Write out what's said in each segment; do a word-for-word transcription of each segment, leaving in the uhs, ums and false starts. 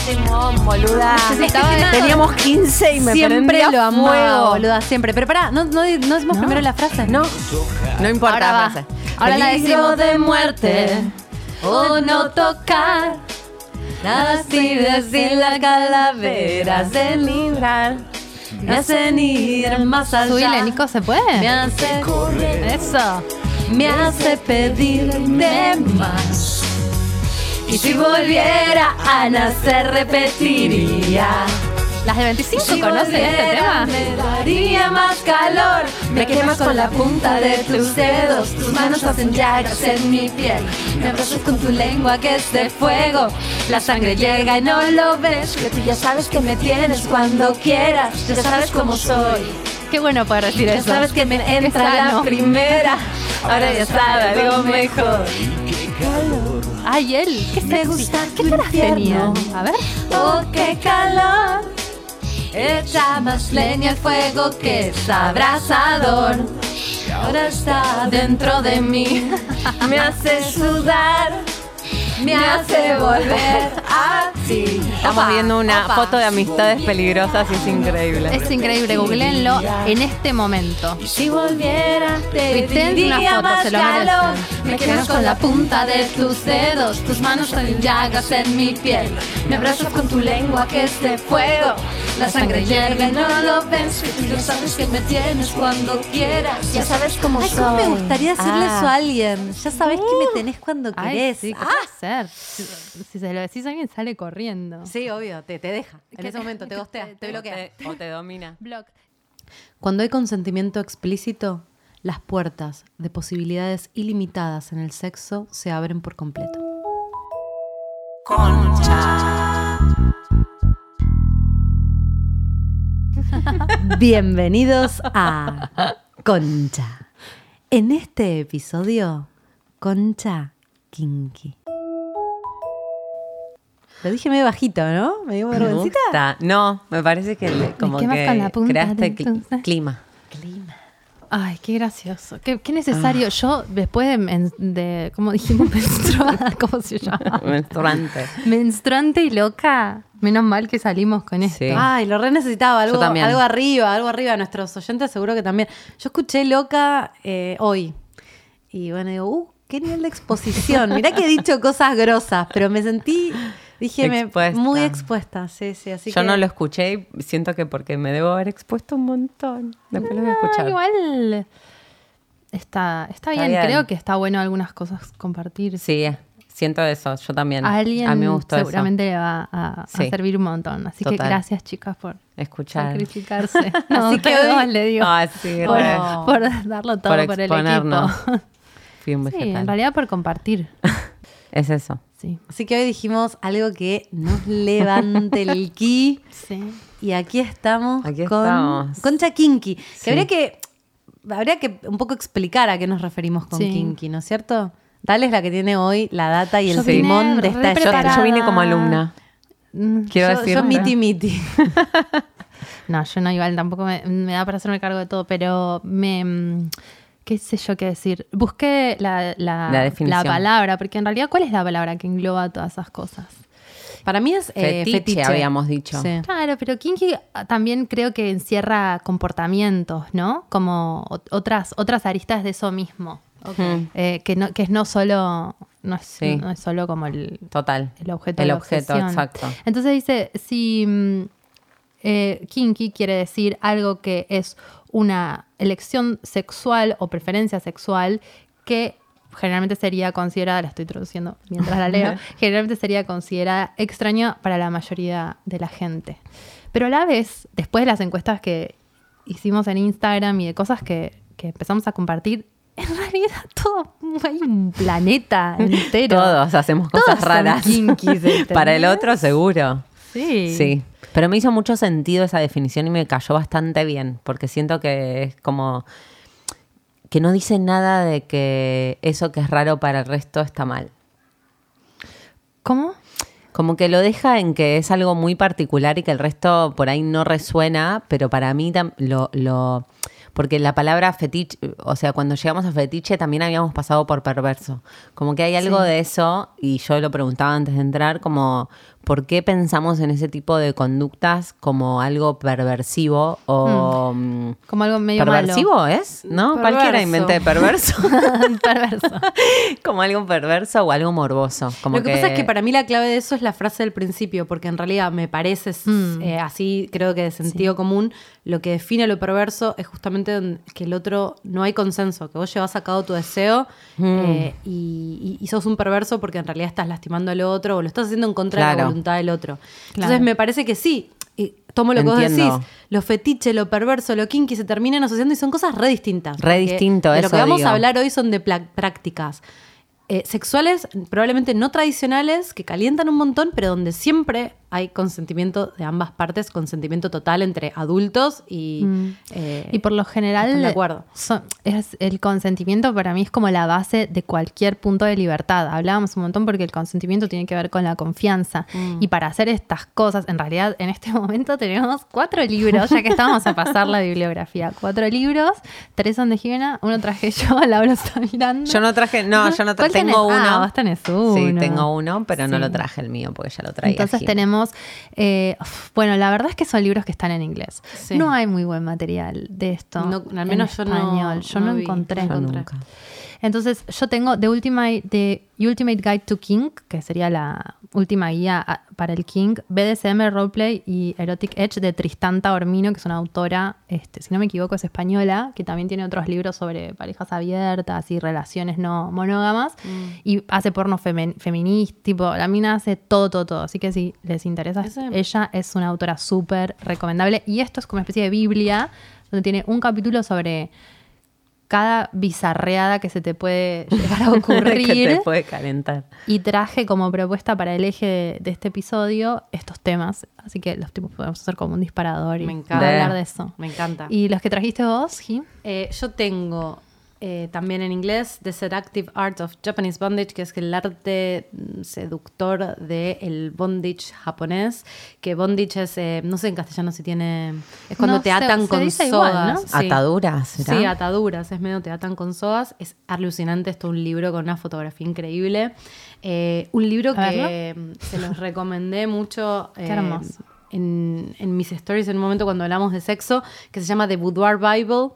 Simón, boluda. Necesitaba- Teníamos quince y me Siempre prendía lo amaba, fuego. boluda, siempre. Pero pará, no, no, no decimos ¿No? primero la frase. No, no importa Ahora la va. frase. Ahora la Peligro decimos. de muerte. O no tocar. Así decir las calaveras de librar. Me hacen ir más allá. Subile, Nico, ¿se puede? Me hace correr. Eso. Me hace pedir de más. Y si volviera a nacer repetiría. Las de veinticinco Si conocen este volviera, tema. me daría más calor. Me quemas con la punta de tus dedos. Tus manos hacen llagas en mi piel. Me abrazas con tu lengua que es de fuego. La sangre llega y no lo ves. Que tú ya sabes que me tienes cuando quieras. Ya sabes cómo soy. Qué bueno poder decir Ya eso. sabes que me Qué entra la sano. primera. Ahora ya sabe algo mejor. Ay, él. Qué Me sexy. gusta ¿Qué tu caras tenía? infierno. A ver. Oh, qué calor. Echa más leña al fuego que es abrasador. Ahora está dentro de mí. Me hace sudar. Me hace volver a ti. Estamos Opa, viendo una opa. foto de amistades peligrosas y es increíble. Es increíble, googleenlo en este momento. Si volviera, te Tuiteen diría una foto, más se lo calor. merecen. Me quedas con la punta de tus dedos. Tus manos son llagas en mi piel. Me abrazas con tu lengua que es de fuego. La sangre llega y no lo ves. Que tú ya sabes que me tienes cuando quieras. Ya sabes cómo Ay, soy. cómo me gustaría decirle Ah. eso a alguien. Ya sabés que me tenés cuando Ay, querés. sí, ¿qué Ah, puede ser? Si, si se lo decís a alguien, sale corriendo. sí, obvio, te, te deja. En Que ese te- momento te que gostea, te- te o bloquea. te- O te domina. Block. Cuando hay consentimiento explícito, las puertas de posibilidades ilimitadas en el sexo se abren por completo. Bienvenidos a Concha. En este episodio, Concha Kinky. Lo dije medio bajito, ¿no? ¿Me dio Me vergüencita? gusta. No, me parece que le- como quemas que con la punta creaste de cli- tus- clima. Ay, qué gracioso. Qué, qué necesario. Yo, después de, men- de ¿cómo dijimos? Menstruada, ¿cómo se llama? Menstruante. Menstruante y loca. Menos mal que salimos con esto. Sí. Ay, lo re necesitaba. Algo, Yo también. algo arriba, algo arriba. Nuestros oyentes seguro que también. Yo escuché loca eh, hoy. Y bueno, digo, uh, qué nivel de exposición. Mirá que he dicho cosas grosas, pero me sentí, dije, me- Expuesta. muy expuesta. Sí, sí, así Yo que... no lo escuché y siento que porque me debo haber expuesto un montón. Después lo voy a Ah, escuchar. igual está, está, bien. bien. Creo que está bueno algunas cosas compartir. Sí, siento eso. Yo también. A alguien a mí me gustó seguramente le va a, a Sí. servir un montón. Así que Total. gracias, chicas, por eso. Escuchar. sacrificarse. No, Así que perdón, hoy- le digo. Ah, sí, por, re. por darlo todo Por por, el exponernos. equipo. Fui un Sí, vegetal. en realidad por compartir. Es eso. Sí, Así que hoy dijimos algo que nos levante el ki. sí. Y aquí estamos Aquí con estamos. Concha Kinky. Que Sí. habría que habría que un poco explicar a qué nos referimos con Sí. Kinky, ¿no es cierto? Dale es la que tiene hoy la data y el Yo vine timón de esta re Yo, preparada. yo vine como alumna. Mm, Quiero yo, decir. yo miti miti. No, yo no igual, tampoco me, me da para hacerme cargo de todo, pero me... mm, ¿Qué sé yo qué decir? Busqué la, la, La definición. la palabra, porque en realidad, ¿cuál es la palabra que engloba todas esas cosas? Para mí es eh, Fetiche, fetiche, habíamos dicho. Sí. Claro, pero kinky ah, también creo que encierra comportamientos, ¿no? Como ot- otras, otras aristas de eso mismo. Mm, Eh, que, no, que es no solo, no es, Sí. no es solo como el, Total. el objeto El de la objeto, obsesión. exacto. Entonces dice, si mm, eh, kinky quiere decir algo que es una elección sexual o preferencia sexual que generalmente sería considerada, la estoy traduciendo mientras la leo, generalmente sería considerada extraña para la mayoría de la gente. Pero a la vez, después de las encuestas que hicimos en Instagram y de cosas que, que empezamos a compartir, en realidad todo, hay un planeta entero. Todos hacemos Todos cosas son raras. kinkies, ¿entendés? Para el otro, seguro. Sí. Sí. Pero me hizo mucho sentido esa definición y me cayó bastante bien, porque siento que es como que no dice nada de que eso que es raro para el resto está mal. ¿Cómo? Como que lo deja en que es algo muy particular y que el resto por ahí no resuena, pero para mí tam- lo, lo... Porque la palabra fetiche, o sea, cuando llegamos a fetiche también habíamos pasado por perverso. Como que hay algo Sí. de eso, y yo lo preguntaba antes de entrar, como por qué pensamos en ese tipo de conductas como algo perversivo o... Mm. Como algo medio ¿Perversivo malo. es? ¿No? Perverso. Cualquiera inventé perverso. Perverso. Como algo perverso o algo morboso. Como Lo que, pasa es que para mí la clave de eso es la frase del principio, porque en realidad me parece, Mm. eh, así creo que de sentido común, lo que define lo perverso es justamente donde- que el otro no hay consenso, que vos llevas a cabo tu deseo eh, y, y- y sos un perverso porque en realidad estás lastimando al otro o lo estás haciendo en contra de Claro. la voluntad del otro. Claro. Entonces me parece que sí. Y tomo lo que Entiendo. vos decís, lo fetiche, lo perverso, lo kinky se terminan asociando y son cosas re distintas. Re porque distinto, de lo eso que vamos digo. a hablar hoy son de pla- prácticas eh, sexuales, probablemente no tradicionales, que calientan un montón, pero donde siempre hay consentimiento de ambas partes, consentimiento total entre adultos y... Mm. eh, Y por lo general, están de acuerdo. son- es, el consentimiento para mí es como la base de cualquier punto de libertad. Hablábamos un montón porque el consentimiento tiene que ver con la confianza. Mm. Y para hacer estas cosas, en realidad en este momento tenemos cuatro libros, ya que estábamos a pasar la bibliografía. Cuatro libros, tres son de Jimena, uno traje yo, Laura está mirando. Yo no traje, no, yo no ¿Cuál traje, tengo tenés? uno. Ah, vos tenés uno. Sí, tengo uno, pero no Sí. lo traje el mío porque ya lo traía. Entonces Jim. tenemos, eh, uf, bueno, la verdad es que son libros que están en inglés. Sí. No hay muy buen material de esto. No, al en menos yo no- español. Yo no no, vi, encontré. no Yo encontré. nunca. Entonces yo tengo The Ultimate, The Ultimate Guide to Kink, que sería la última guía a- para el kink, B D S M, Roleplay y Erotic Edge de Tristán Taormino, que es una autora, este, si no me equivoco, es española, que también tiene otros libros sobre parejas abiertas y relaciones no monógamas. Y hace porno femen- feminista, tipo, la mina hace todo, todo, todo. Así que si les interesa, Ese- ella es una autora súper recomendable. Y esto es como una especie de Biblia, donde tiene un capítulo sobre cada bizarreada que se te puede llegar a ocurrir. que te puede calentar. Y traje como propuesta para el eje de, de este episodio estos temas. Así que los tipos podemos hacer como un disparador y Me encanta. hablar de eso. Me encanta. ¿Y los que trajiste vos, Jim? Eh, yo tengo eh, también en inglés The Seductive Art of Japanese Bondage, que es el arte mm, seductor del bondage japonés. Que bondage es, eh, no sé en castellano si tiene... Es cuando No te sé, atan se con dice igual, sogas. ¿no? Sí. Ataduras, ¿será? Sí, ataduras, es medio te atan con sogas. Es alucinante, esto es un libro con una fotografía increíble. Eh, un libro A que mm, se los recomendé mucho Qué eh, hermoso. en, en mis stories en un momento cuando hablamos de sexo, que se llama The Boudoir Bible.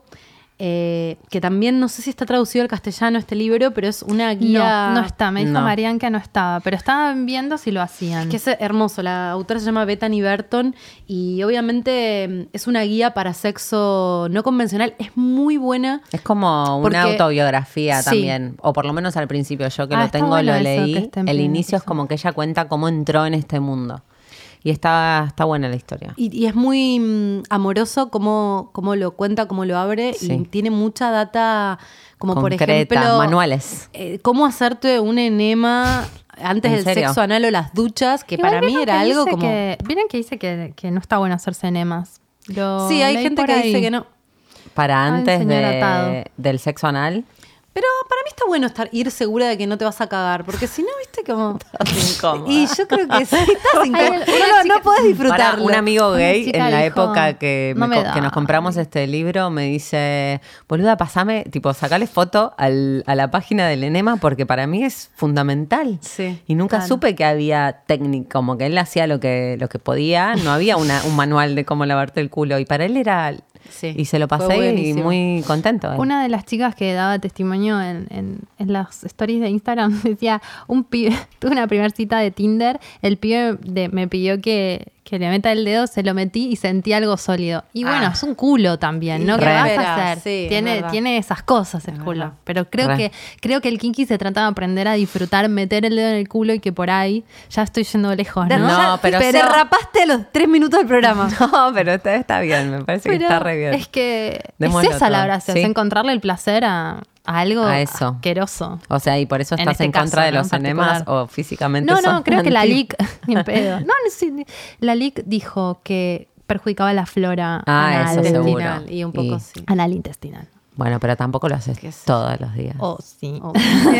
Eh, que también no sé si está traducido al castellano este libro, pero es una guía. No, no está. Me dijo No. Marian que no estaba, pero estaban viendo si lo hacían. Que es hermoso. La autora se llama Bethany Burton y obviamente mm, es una guía para sexo no convencional. Es muy buena. Es como Porque- una autobiografía Sí. también, o por lo menos al principio, yo que Ah, lo está tengo, bueno lo eso, leí. que esté en El primer inicio es piso. como que ella cuenta cómo entró en este mundo. Y está, está buena la historia. Y, y es muy mm, amoroso cómo, cómo lo cuenta, cómo lo abre. Sí. Y tiene mucha data, como Concreta, por ejemplo. manuales. eh, cómo hacerte un enema antes ¿En del serio? sexo anal o las duchas, que Igual para mí vieron era que algo dice como. Que, Vieron que dice que, que no está bueno hacerse enemas. Lo Sí, hay leí gente por que ahí. dice que no. Para Ay, antes señor de- atado. del sexo anal. Pero para mí está bueno estar, ir segura de que no te vas a cagar, porque si no, viste como. incómoda. Y yo creo que sí, estás incómoda. Ay, No, una no, chica- no podés Pará, disfrutarlo. un amigo Una gay chica en la dijo, época que, "No me me co- que da". nos compramos este libro me dice, boluda, pasame, tipo, sacale foto al- a la página del enema porque para mí es fundamental. Sí, Y nunca claro. supe que había técnica, como que él hacía lo que, lo que podía, no había una- un manual de cómo lavarte el culo. Y para él era... Sí, y se lo fue pasé y buenísimo. muy contento. él. Una de las chicas que daba testimonio en, en- en las stories de Instagram decía, un pibe, tuve una primera cita de Tinder, el pibe de- me pidió que, que le meta el dedo, se lo metí y sentí algo sólido. Y bueno, Ah. es un culo también, ¿no? Y ¿Qué vas espera, a hacer? sí, es tiene, verdad. tiene esas cosas el Es culo. verdad. Pero creo Re. que, creo que el kinky se trata de aprender a disfrutar, meter el dedo en el culo y que por ahí ya estoy yendo lejos, ¿no? No, Ya pero te sí. derrapaste a los tres minutos del programa. No, pero está, está bien, me parece que Pero está re bien. es que Démoslo es esa la todo. gracia, Sí. es encontrarle el placer a, a algo A eso. asqueroso. O sea, y por eso En estás este en contra caso, de ¿no? los En enemas particular. o físicamente No, no, sos creo que la anti. L I C, ni en pedo. No, no, sí, la L I C dijo que perjudicaba la flora Ah, anal, eso seguro. Intestinal, y un poco Y- sí. anal intestinal. Bueno, pero tampoco lo haces ¿Qué sé todos los días. Oh, sí. Oh.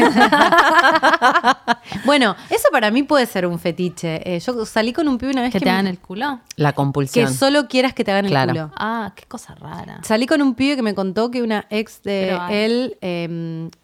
Bueno, eso para mí puede ser un fetiche. Eh, yo salí con un pibe una vez ¿Que que, te me- hagan el culo? La que compulsión. solo quieras que te hagan Claro. el culo. Ah, qué cosa rara. Salí con un pibe que me contó que una ex de Pero hay. él eh,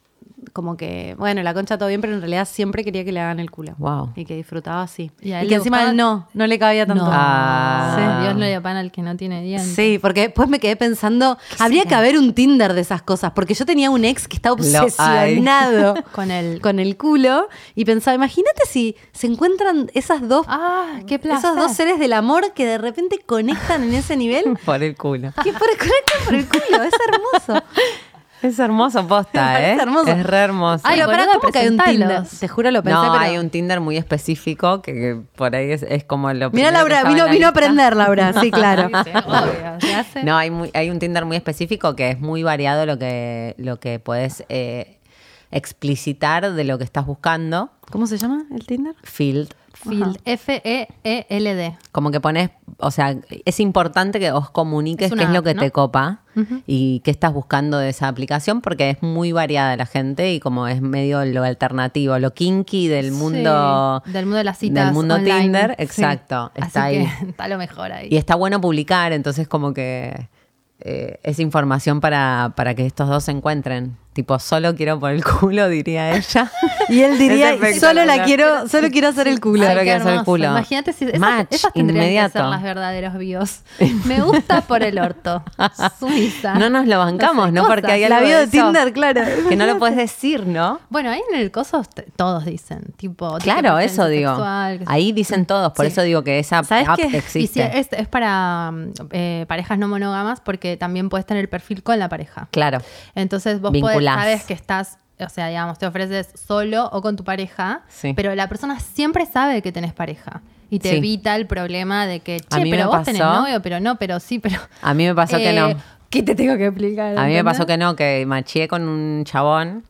como que, bueno, la concha todo bien, pero en realidad siempre quería que le hagan el culo. Wow. Y que disfrutaba así. Y Y, a él que le encima gustaba- él no, no le cabía tanto. No. Ah. Sí, Dios no le da pan al que no tiene dientes. Sí, porque después me quedé pensando, habría que haber un Tinder de esas cosas, porque yo tenía un ex que estaba Lo hay. obsesionado Con el... con el culo y pensaba, imagínate si se encuentran esas dos, Ah, qué placer. esos dos seres del amor que de repente conectan en ese nivel, Por el culo. que por, conectan por el culo, es hermoso. Es hermoso posta, ¿eh? Es hermoso. Es re hermoso. Ay, Pero para boluda, ¿cómo que hay un Tinder? presentalos. Te juro lo pensé, no, pero... hay un Tinder muy específico que, que por ahí es, es como lo Mira primero que Laura, estaba vino, en la vino a lista. aprender Laura, sí, claro. Sí, sí, obvio, se hace. No, hay, muy, hay un Tinder muy específico que es muy variado lo que, lo que puedes eh, explicitar de lo que estás buscando. ¿Cómo se llama el Tinder? Field. Field, F E E L D. Como que pones, o sea, es importante que os comuniques Es qué una es lo app, que ¿no? te copa y qué estás buscando de esa aplicación, porque es muy variada la gente y como es medio lo alternativo, lo kinky del mundo. Sí, del mundo de las citas Del mundo online. Tinder, Sí. exacto. Está Así ahí. que está lo mejor ahí. Y está bueno publicar, entonces como que eh, es información para, para que estos dos se encuentren. Tipo, solo quiero por el culo, diría ella. Y él diría, Es solo la espectacular. quiero, solo quiero hacer el culo. Solo Ay, qué quiero hacer el hermoso. culo. Imagínate si esas, Match, esas tendrían inmediato. que ser las verdaderos bios. Me gusta por el orto. Sumisa. No nos lo bancamos, sé, ¿no? cosas. Porque hay La algo bio de eso Tinder, claro. que no lo puedes decir, ¿no? Bueno, ahí en el coso t- todos dicen, tipo... tipo Claro, preferencia eso digo. sexual, que- Ahí dicen todos, por Sí. eso digo que esa ¿Sabes app qué? Y si existe. es, es para mm, eh, parejas no monógamas porque también puedes tener el perfil con la pareja. Claro. Entonces vos podés, Vinculás. sabes que estás, o sea, digamos, te ofreces solo o con tu pareja, Sí. pero la persona siempre sabe que tenés pareja. Y te Sí. evita el problema de que, A che, mí pero me vos pasó- tenés novio, pero no, pero sí, pero... A mí me pasó que no. ¿Qué te tengo que explicar? A mí me pasó ¿entendés? que no, que machié con un chabón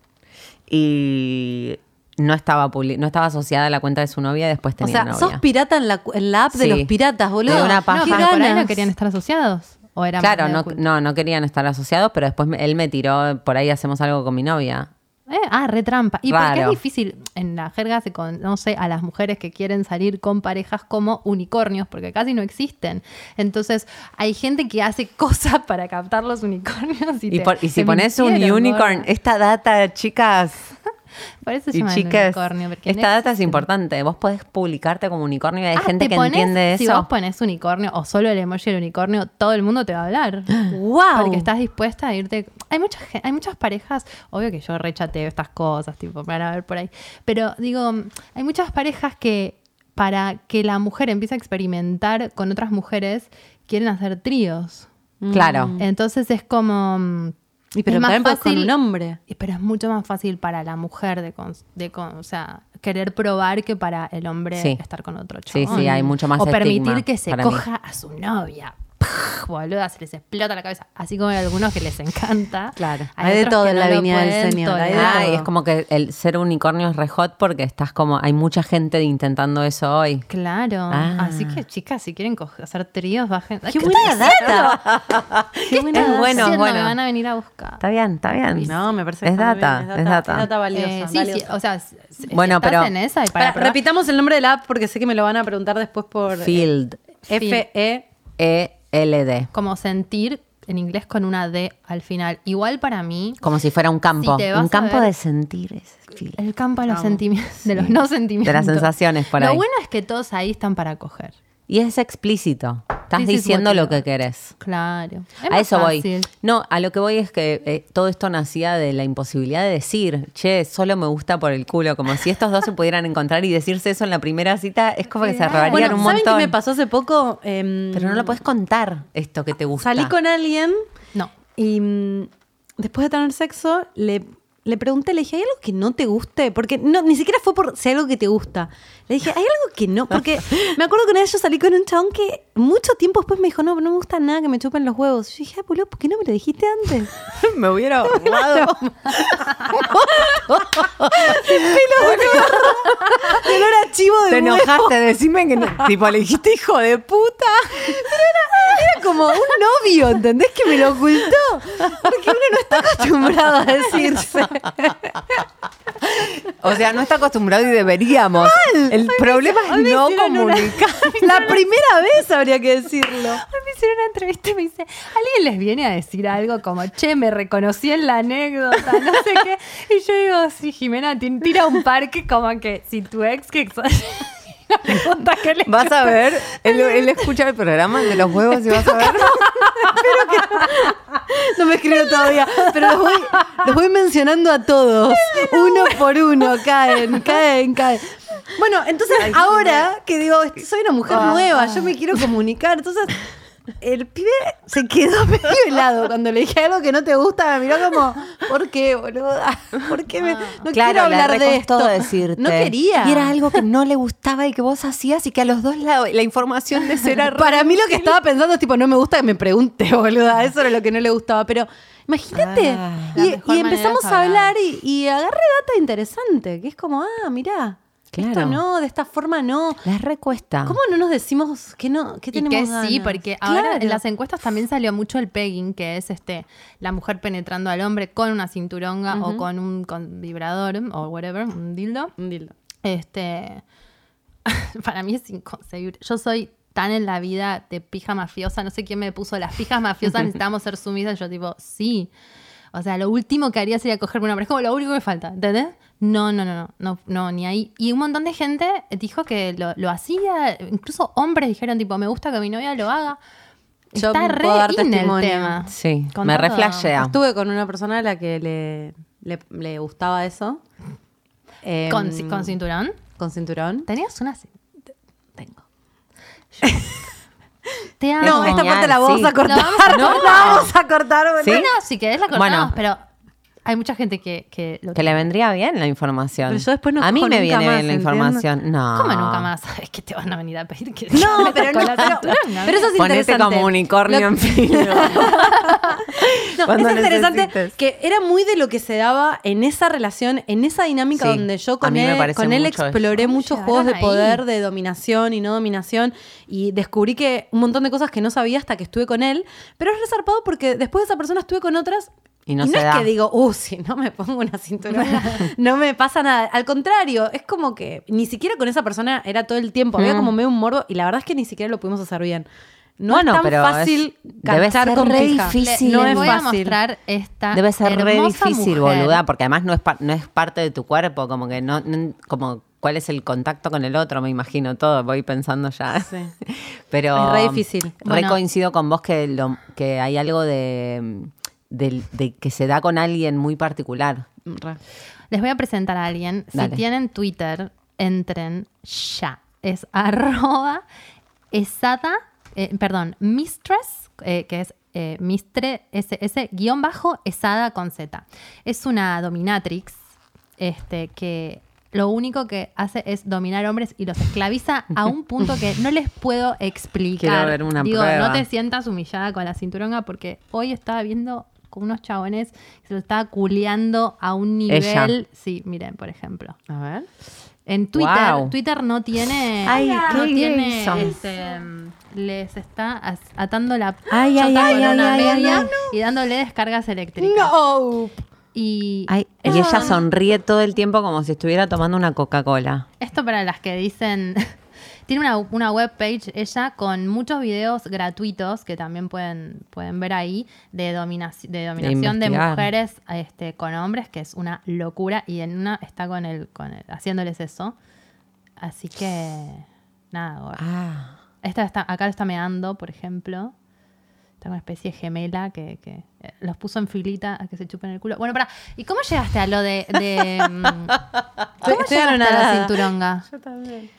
y no estaba publi- no estaba asociada a la cuenta de su novia y después O tenía sea, novia. sos pirata en la, en la app de Sí. los piratas, boludo. De una No, página. pero por ahí no ganas. querían estar asociados. ¿O era Claro, más de no, oculto? no, no querían estar asociados, pero después me- él me tiró, por ahí hacemos algo con mi novia. Eh, ah, retrampa. Y porque Raro. es difícil, en la jerga se conoce a las mujeres que quieren salir con parejas como unicornios, porque casi no existen. Entonces, hay gente que hace cosas para captar los unicornios. Y, Y, te- por- y si te pones un mintieron, unicorn, gorda. esta data, chicas Por eso se y llama chicas, unicornio. Porque esta no data es existen. importante. Vos podés publicarte como unicornio y hay Ah, gente te que pones- entiende si eso. vos pones unicornio o solo el emoji del unicornio, todo el mundo te va a hablar. ¡Wow! Porque estás dispuesta a irte. Hay muchas, gen- hay muchas parejas, obvio que yo rechateo estas cosas, tipo, para ver por ahí. Pero digo, hay muchas parejas que para que la mujer empiece a experimentar con otras mujeres, quieren hacer tríos. Claro. Entonces es como. mm, Y pero es más también podés con fácil- un hombre. y- Pero es mucho más fácil para la mujer de, cons- de con- o sea, querer probar que para el hombre Sí. estar con otro Sí, chabón. sí, hay mucho más O permitir estigma que se para mí. coja a su novia. Pah, boluda, se les explota la cabeza. Así como hay algunos que les encanta. Claro. Hay de otros todo que en no la lo viña del pueden Señor, hay de tolerar. Ay, todo. es como que el ser unicornio es re hot porque estás como, hay mucha gente intentando eso hoy. Claro. Ah. Así que, chicas, si quieren coger- hacer tríos, bajen. ¡Qué buena data! ¡Qué buena Es data! bueno, es Haciendo, bueno. Me van a venir a buscar. Está bien, está bien. No, me parece que Es está muy data, bien, es data. Es data valiosa. Eh, sí, valiosa. sí, o sea, s- s- Bueno, si estás pero- en esa y para Pará, probar- repitamos el nombre de la app porque sé que me lo van a preguntar después por eh, Field. F E E L D. como sentir en inglés con una D al final. Igual para mí, Como si fuera un campo. Si te vas un a campo ver- de sentir. Es Field. el campo de los Amo. sentimientos, de los no sentimientos. De las sensaciones por Lo ahí. bueno es que todos ahí están para coger. Y es explícito. Estás This is diciendo what you lo que want. querés. Claro. Es A más eso voy. fácil. No, a lo que voy es que eh, todo esto nacía de la imposibilidad de decir, che, solo me gusta por el culo. Como si estos dos se pudieran encontrar y decirse eso en la primera cita, es como que se Claro. robarían Bueno, un ¿saben montón. qué me pasó hace poco? Em, Pero no lo puedes contar, esto que te gusta. Salí con alguien No. y mm, después de tener sexo le, le pregunté, le dije, ¿hay algo que no te guste? Porque no, ni siquiera fue por si hay algo que te gusta. Le dije, ¿hay algo que no? Porque me acuerdo que una vez yo salí con un chabón que mucho tiempo después me dijo, no, no me gusta nada que me chupen los huevos. Yo dije, ah, boludo, ¿por qué no me lo dijiste antes? me hubiera ahorrado. El olor a chivo de Te huevo. enojaste, decime que no. Tipo, le dijiste hijo de puta. Era como un novio, ¿entendés? Que me lo ocultó. Porque uno no está acostumbrado a decirse. O sea, no está acostumbrado y deberíamos. El problema Hoy es me no hicieron una- comunicar. La primera vez habría que decirlo. Me en una entrevista y me dice, ¿alguien les viene a decir algo como, che, me reconocí en la anécdota, no sé qué? Y yo digo, sí, Jimena, t- tira un parque como que si tu ex que... La pregunta que le Vas a ver, él, él escucha el programa de los huevos y vas a ver. No me escribió todavía, pero los voy, los voy mencionando a todos. Uno por uno, caen, caen, caen. Bueno, entonces Ay, ahora que digo, soy una mujer Ah. nueva, yo me quiero comunicar. Entonces, el pibe se quedó medio helado cuando le dije algo que no te gusta. Me miró como, ¿por qué, boluda? ¿Por qué me, no quiero hablar de esto? Decirte. No quería. Y era algo que no le gustaba y que vos hacías y que a los dos la, la información de eso era... Para mí lo que estaba pensando es tipo, no me gusta que me pregunte, boluda. Eso era lo que no le gustaba. Pero imagínate. Ah, la y, mejor y manera empezamos es a hablar. hablar y, y agarré data interesante. Que es como, ah, mirá. Claro. Esto no, de esta forma no. La recuesta. ¿Cómo no nos decimos que no? Que Y tenemos que ganas? sí, porque ahora Claro. en las encuestas también salió mucho el pegging, que es este la mujer penetrando al hombre con una cinturonga o con un con vibrador o whatever, un dildo. Un dildo. Este, para mí es inconcebible. Yo soy tan en la vida de pija mafiosa, no sé quién me puso las pijas mafiosas, necesitamos ser sumisas. Yo tipo, sí. O sea, lo último que haría sería cogerme una mujer. Es como lo único que me falta, ¿entendés? No, no, no, no, no, no, ni ahí. Y un montón de gente dijo que lo, lo hacía, incluso hombres dijeron tipo, me gusta que mi novia lo haga. Yo Está puedo re dar in el testimonio. tema. Sí, Con me todo. reflashea. Estuve con una persona a la que le, le, le gustaba eso. Em, ¿Con, ci- con cinturón? Con cinturón. ¿Tenías una cin- Tengo. Yo- Te amo. No, esta genial, parte la vamos sí. a cortar. La vamos a- No, la vamos a cortar. boludo. ¿Sí? No, no, si querés la cortamos, Bueno. pero hay mucha gente que, que lo Que le vendría bien la información. Pero yo después no A mí cojo me nunca viene más, bien la ¿entiendes? información. No. ¿Cómo nunca más? Es que te van a venir a pedir que No, te pero metas no, con la pero, cinturón, pero eso es Ponete interesante. como unicornio Lo- en filo. No, Cuando es interesante necesites. que era muy de lo que se daba en esa relación, en esa dinámica Sí, donde yo a con mí me él, parece con él mucho exploré eso. muchos ¿Cómo juegos de llegaron ahí? poder, de dominación y no dominación, y descubrí que un montón de cosas que no sabía hasta que estuve con él, pero es resarpado porque después de esa persona estuve con otras. Y no y no se es da. que digo, uh, si no me pongo una cinturón, no me pasa nada. Al contrario, es como que ni siquiera con esa persona era todo el tiempo. Había Mm. como medio un morbo y la verdad es que ni siquiera lo pudimos hacer bien. No Bueno, es tan pero fácil es- debe cachar ser con re pija. difícil. No Les es voy a fácil. mostrar esta Debe ser re hermosa difícil, mujer. boluda, porque además no es, par- no es parte de tu cuerpo, como que no, no- como cuál es el contacto con el otro, me imagino todo, voy pensando ya. Sí. Pero Es re difícil. Re Bueno. coincido con vos que, lo, que hay algo de, de, de que se da con alguien muy particular. Re. Les voy a presentar a alguien. Dale. Si tienen Twitter, entren ya. Es arroba esada, eh, perdón, mistress, eh, que es eh, mistre, ss, guión bajo, esada con z. Es una dominatrix este, que lo único que hace es dominar hombres y los esclaviza a un punto que no les puedo explicar. Quiero ver una Digo, prueba. no te sientas humillada con la cinturonga porque hoy estaba viendo con unos chabones que se lo estaba culeando a un nivel. Ella. Sí, miren, por ejemplo. A ver. En Twitter, Wow. Twitter no tiene. Ay, no qué tiene. gays son. este, les está as- atando la Ay, chota ay, con ay, una ay, ay, media ay, y dándole descargas eléctricas. No. Y, Ay, y esto- ella sonríe todo el tiempo como si estuviera tomando una Coca-Cola. Esto para las que dicen. Tiene una, una webpage ella con muchos videos gratuitos que también pueden, pueden ver ahí de, dominaci- de dominación de, investigar. mujeres este, con hombres, que es una locura. Y en una está con el, con el- haciéndoles eso. Así que nada, gordo. Ah. Esta está, acá lo está meando, por ejemplo. Está con una especie de gemela que, que eh, los puso en filita a que se chupen el culo. Bueno, pará. ¿Y cómo llegaste a lo de... de mm, ¿Cómo Estoy llegaste a la anonadada. cinturonga? Yo también.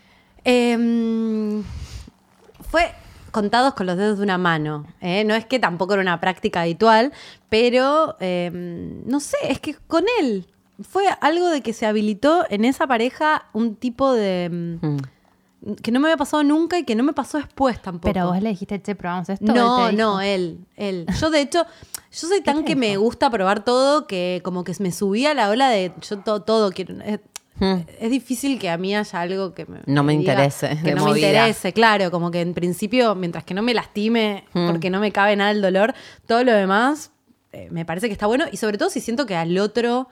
Em, fue contados con los dedos de una mano. ¿eh? No es que tampoco era una práctica habitual, pero em, no sé, es que con él fue algo de que se habilitó en esa pareja un tipo de... em, Mm. que no me había pasado nunca y que no me pasó después tampoco. Pero vos le dijiste, che, probamos esto. él No, te dijo. no, él, él. Yo de hecho, yo soy tan te que me dijo? gusta probar todo que como que me subía a la ola de yo todo, todo quiero. Es, Hmm. es difícil que a mí haya algo que me, No me diga interese, que de no me movida. interese, claro, como que en principio, mientras que no me lastime, Hmm. porque no me cabe nada el dolor, todo lo demás eh, me parece que está bueno y sobre todo si siento que al otro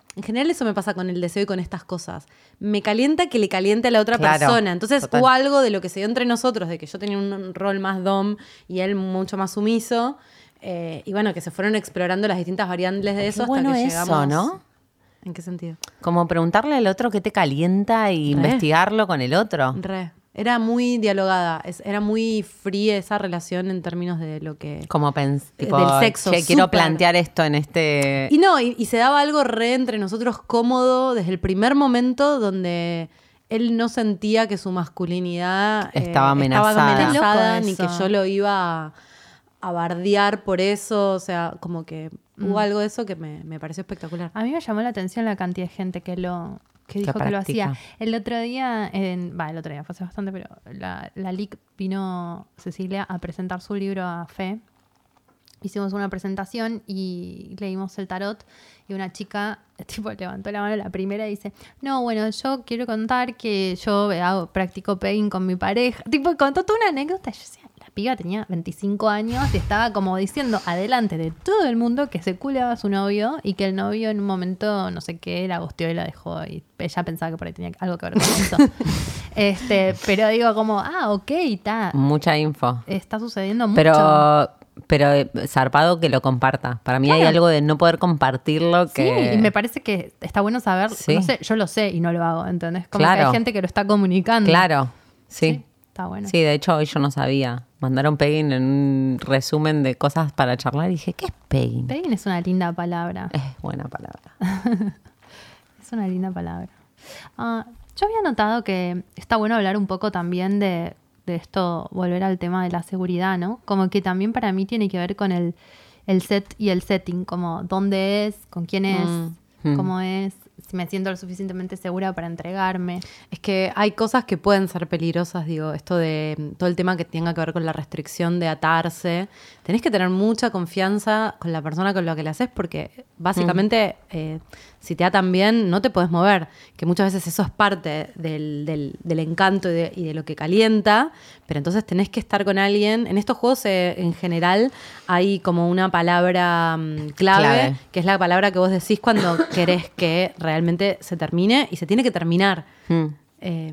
En general eso me pasa con el deseo y con estas cosas. Me calienta que le caliente a la otra Claro, persona. Entonces total. hubo algo de lo que se dio entre nosotros, de que yo tenía un rol más dom y él mucho más sumiso. Eh, y bueno, que se fueron explorando las distintas variantes de eso Qué bueno hasta que eso, llegamos... ¿no? ¿En qué sentido? Como preguntarle al otro qué te calienta y Re. investigarlo con el otro. Re. Era muy dialogada, es- era muy fría esa relación en términos de lo que... Como pens Eh, tipo, del sexo, che, quiero súper. plantear esto en este... Y no, y, y se daba algo re entre nosotros cómodo desde el primer momento donde él no sentía que su masculinidad eh, Estaba amenazada. estaba amenazada, Qué ni loco que eso. yo lo iba a, a bardear por eso. O sea, como que hubo algo de eso que me, me pareció espectacular. A mí me llamó la atención la cantidad de gente que lo que dijo que lo practica. hacía. El otro día, en, va, el otro día, fue hace bastante, pero la, la L I C vino Cecilia a presentar su libro a Fe. Hicimos una presentación y leímos el tarot y una chica tipo levantó la mano la primera y dice, no, bueno, yo quiero contar que yo hago, practico pegging con mi pareja. Tipo, contó toda una anécdota y yo decía, la piba tenía veinticinco años y estaba como diciendo adelante de todo el mundo que se culeaba a su novio y que el novio en un momento, no sé qué, la gosteó y la dejó y ella pensaba que por ahí tenía algo que ver con eso. este, pero digo como, ah, ok, está, Mucha info. está sucediendo mucho. Pero, pero eh, zarpado que lo comparta. Para mí hay Claro. algo de no poder compartirlo que... Sí, y me parece que está bueno saber, Sí. no sé, yo lo sé y no lo hago, ¿entendés? Como Claro. que hay gente que lo está comunicando. Claro, sí. Sí, está bueno. Sí, de hecho hoy yo no sabía. Mandaron pegging en un resumen de cosas para charlar y dije, ¿qué es pegging? Pegging es una linda palabra. Es buena palabra. Es una linda palabra. Ah, yo había notado que está bueno hablar un poco también de, de esto, volver al tema de la seguridad, ¿no? Como que también para mí tiene que ver con el, el set y el setting, como dónde es, con quién es, Mm. cómo es, si me siento lo suficientemente segura para entregarme. Es que hay cosas que pueden ser peligrosas, digo, esto de mm, todo el tema que tenga que ver con la restricción de atarse. Tenés que tener mucha confianza con la persona con la que le haces porque básicamente eh, si te atan bien no te podés mover, que muchas veces eso es parte del, del- del encanto y de, y de lo que calienta, pero entonces tenés que estar con alguien. En estos juegos eh, en general hay como una palabra mm, clave, Clave. que es la palabra que vos decís cuando querés que realmente se termine y se tiene que terminar. Mm. Eh,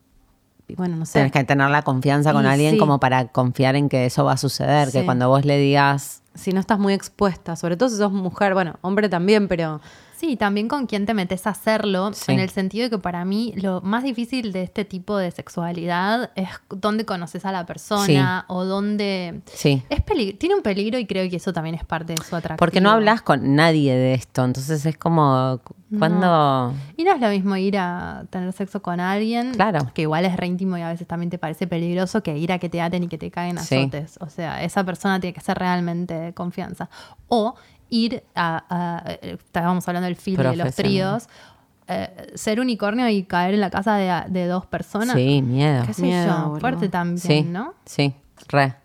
y bueno, no sé. Tienes que tener la confianza con Y alguien sí. como para confiar en que eso va a suceder. Que Sí. cuando vos le digas... Si no estás muy expuesta, sobre todo si sos mujer, bueno, hombre también, pero Sí, también con quién te metes a hacerlo, Sí. en el sentido de que para mí lo más difícil de este tipo de sexualidad es dónde conoces a la persona o dónde... Sí. Es peli- tiene un peligro y creo que eso también es parte de su atractivo. Porque no hablas con nadie de esto. Entonces es como... Cuando... Y no es lo mismo ir a tener sexo con alguien, Claro. que igual es re íntimo y a veces también te parece peligroso, que ir a que te aten y que te caguen Sí. azotes. O sea, esa persona tiene que ser realmente de confianza. O ir a, a- eh, estábamos hablando del film y de los Profesional. tríos, eh, ser unicornio y caer en la casa de, de dos personas. Sí, miedo. ¿Qué sé Miedo, yo? boludo. Fuerte también, Sí, ¿no? sí, re.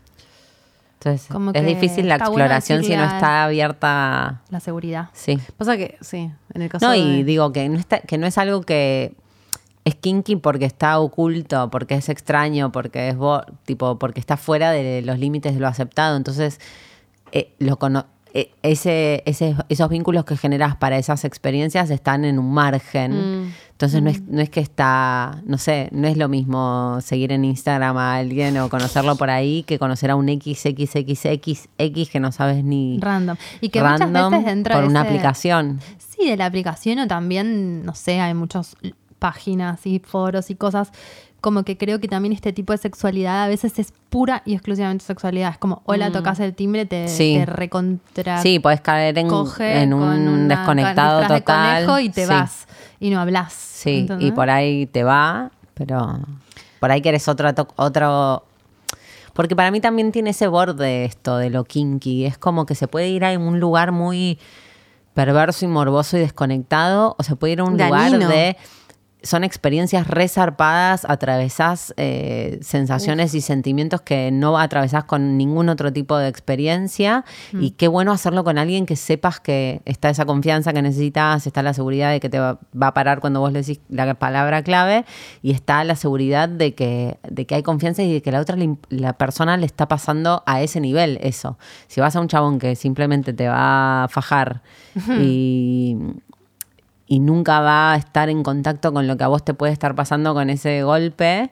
Entonces, Como es que difícil la está bueno exploración si no decirle a- está abierta. La seguridad. Sí. pasa que sí, en el caso No, de... y digo que no, está, que no es algo que es kinky porque está oculto, porque es extraño, porque es bo- tipo porque está fuera de los límites de lo aceptado. Entonces, eh, lo cono- eh, ese, ese- esos vínculos que generas para esas experiencias están en un margen. Mm. Entonces no es, no es que está, no sé, no es lo mismo seguir en Instagram a alguien o conocerlo por ahí que conocer a un equis equis equis equis equis que no sabes ni Random. Y que random muchas veces dentro por de una ese- aplicación. Sí, de la aplicación o también, no sé, hay muchas páginas y foros y cosas como que creo que también este tipo de sexualidad a veces es pura y exclusivamente sexualidad. Es como, hola, tocas el timbre, te, Sí. te recontra Sí, podés caer en, coge en con un una desconectado disfraz de total. conejo y te Sí, vas y no hablas. Sí, ¿entendés? y por ahí te va, pero por ahí querés otro, to- otro... Porque para mí también tiene ese borde esto de lo kinky. Es como que se puede ir a un lugar muy perverso y morboso y desconectado, o se puede ir a un lugar Dañino. de... Son experiencias resarpadas, atravesás eh, sensaciones y sentimientos que no atravesás con ningún otro tipo de experiencia. Y qué bueno hacerlo con alguien que sepas que está esa confianza que necesitas, está la seguridad de que te va, va a parar cuando vos le decís la palabra clave y está la seguridad de que, de que hay confianza y de que la otra le- la persona le está pasando a ese nivel eso. Si vas a un chabón que simplemente te va a fajar y... y nunca va a estar en contacto con lo que a vos te puede estar pasando con ese golpe,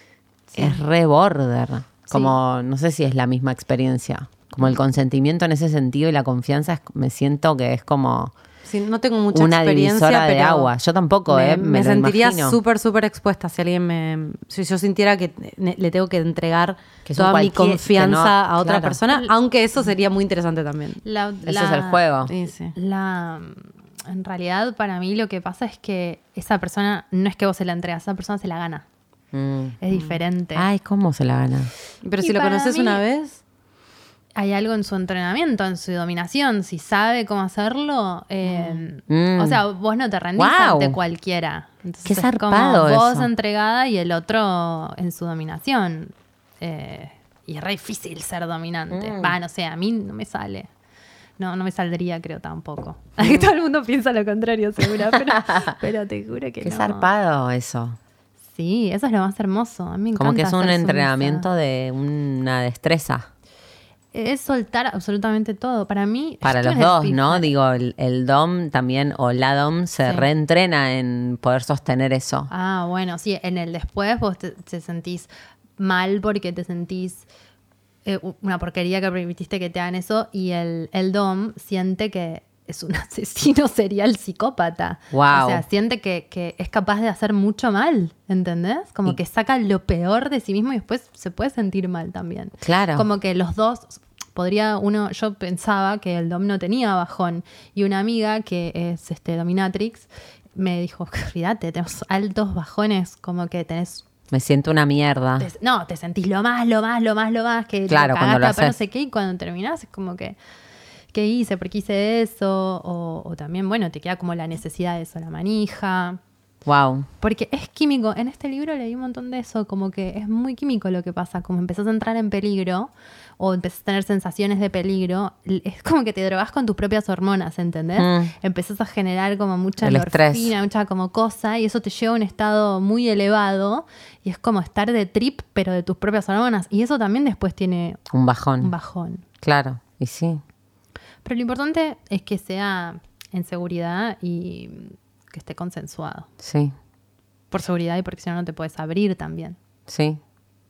sí. es re border. Como, sí. no sé si es la misma experiencia. Como el consentimiento en ese sentido y la confianza, es, me siento que es como... Sí, no tengo mucha una experiencia, divisora de pero agua. Yo tampoco, me, eh, me, me lo sentiría imagino. súper, súper expuesta si alguien me... Si yo sintiera que le tengo que entregar que son toda mi cualquier- confianza que no- a otra claro. persona, aunque eso sería muy interesante también. La- Ese la- es el juego. Sí, sí. La, en realidad, para mí lo que pasa es que esa persona, no es que vos se la entregas, esa persona se la gana. Mm. Es diferente. Ay, ¿cómo se la gana? Pero Y si lo para conoces mí- una vez... Hay algo en su entrenamiento, en su dominación, si sabe cómo hacerlo. eh, Mm. O sea, vos no te rendís Guau. ante cualquiera. Entonces Qué es zarpado como vos eso. entregada y el otro en su dominación. Eh, y es re difícil ser dominante. Mm. Va, no sé, a mí no me sale. No, no me saldría, creo, tampoco. Mm. Todo el mundo piensa lo contrario, seguro. Pero, pero te juro que Qué no. zarpado eso. Sí, eso es lo más hermoso. A mí me Como que es encanta un ser entrenamiento sumisa. de una destreza. Es soltar absolutamente todo. Para mí... Para yo los les dos, pienso- ¿no? Digo, el, el dom también, o la dom, se Sí. reentrena en poder sostener eso. Ah, bueno, sí, en el después vos te, te sentís mal porque te sentís eh, una porquería que permitiste que te hagan eso y el, el dom siente que es un asesino serial psicópata. Wow. O sea, siente que, que es capaz de hacer mucho mal, ¿entendés? Como Y- que saca lo peor de sí mismo y después se puede sentir mal también. Claro. Como que los dos... Podría uno, yo pensaba que el dom no tenía bajón y una amiga que es este dominatrix me dijo, fíjate, tenemos altos bajones, como que tenés, Me siento una mierda. te- no, te sentís lo más, lo más, lo más, lo más, que Claro, lo cuando cagaste lo a palo, no haces. sé qué, y cuando terminás es como que, ¿qué hice? ¿Por qué hice eso? O, o también, bueno, te queda como la necesidad de eso, la manija. Wow. Porque es químico. En este libro leí un montón de eso, como que es muy químico lo que pasa. Como empezás a entrar en peligro o empezás a tener sensaciones de peligro, es como que te drogas con tus propias hormonas, ¿entendés? Mm. Empezás a generar como mucha El estrés. endorfina, mucha como cosa, y eso te lleva a un estado muy elevado y es como estar de trip, pero de tus propias hormonas. Y eso también después tiene Un bajón. un bajón. Claro, y sí. Pero lo importante es que sea en seguridad y que esté consensuado. Sí, Por seguridad y porque si no, no te puedes abrir también. sí.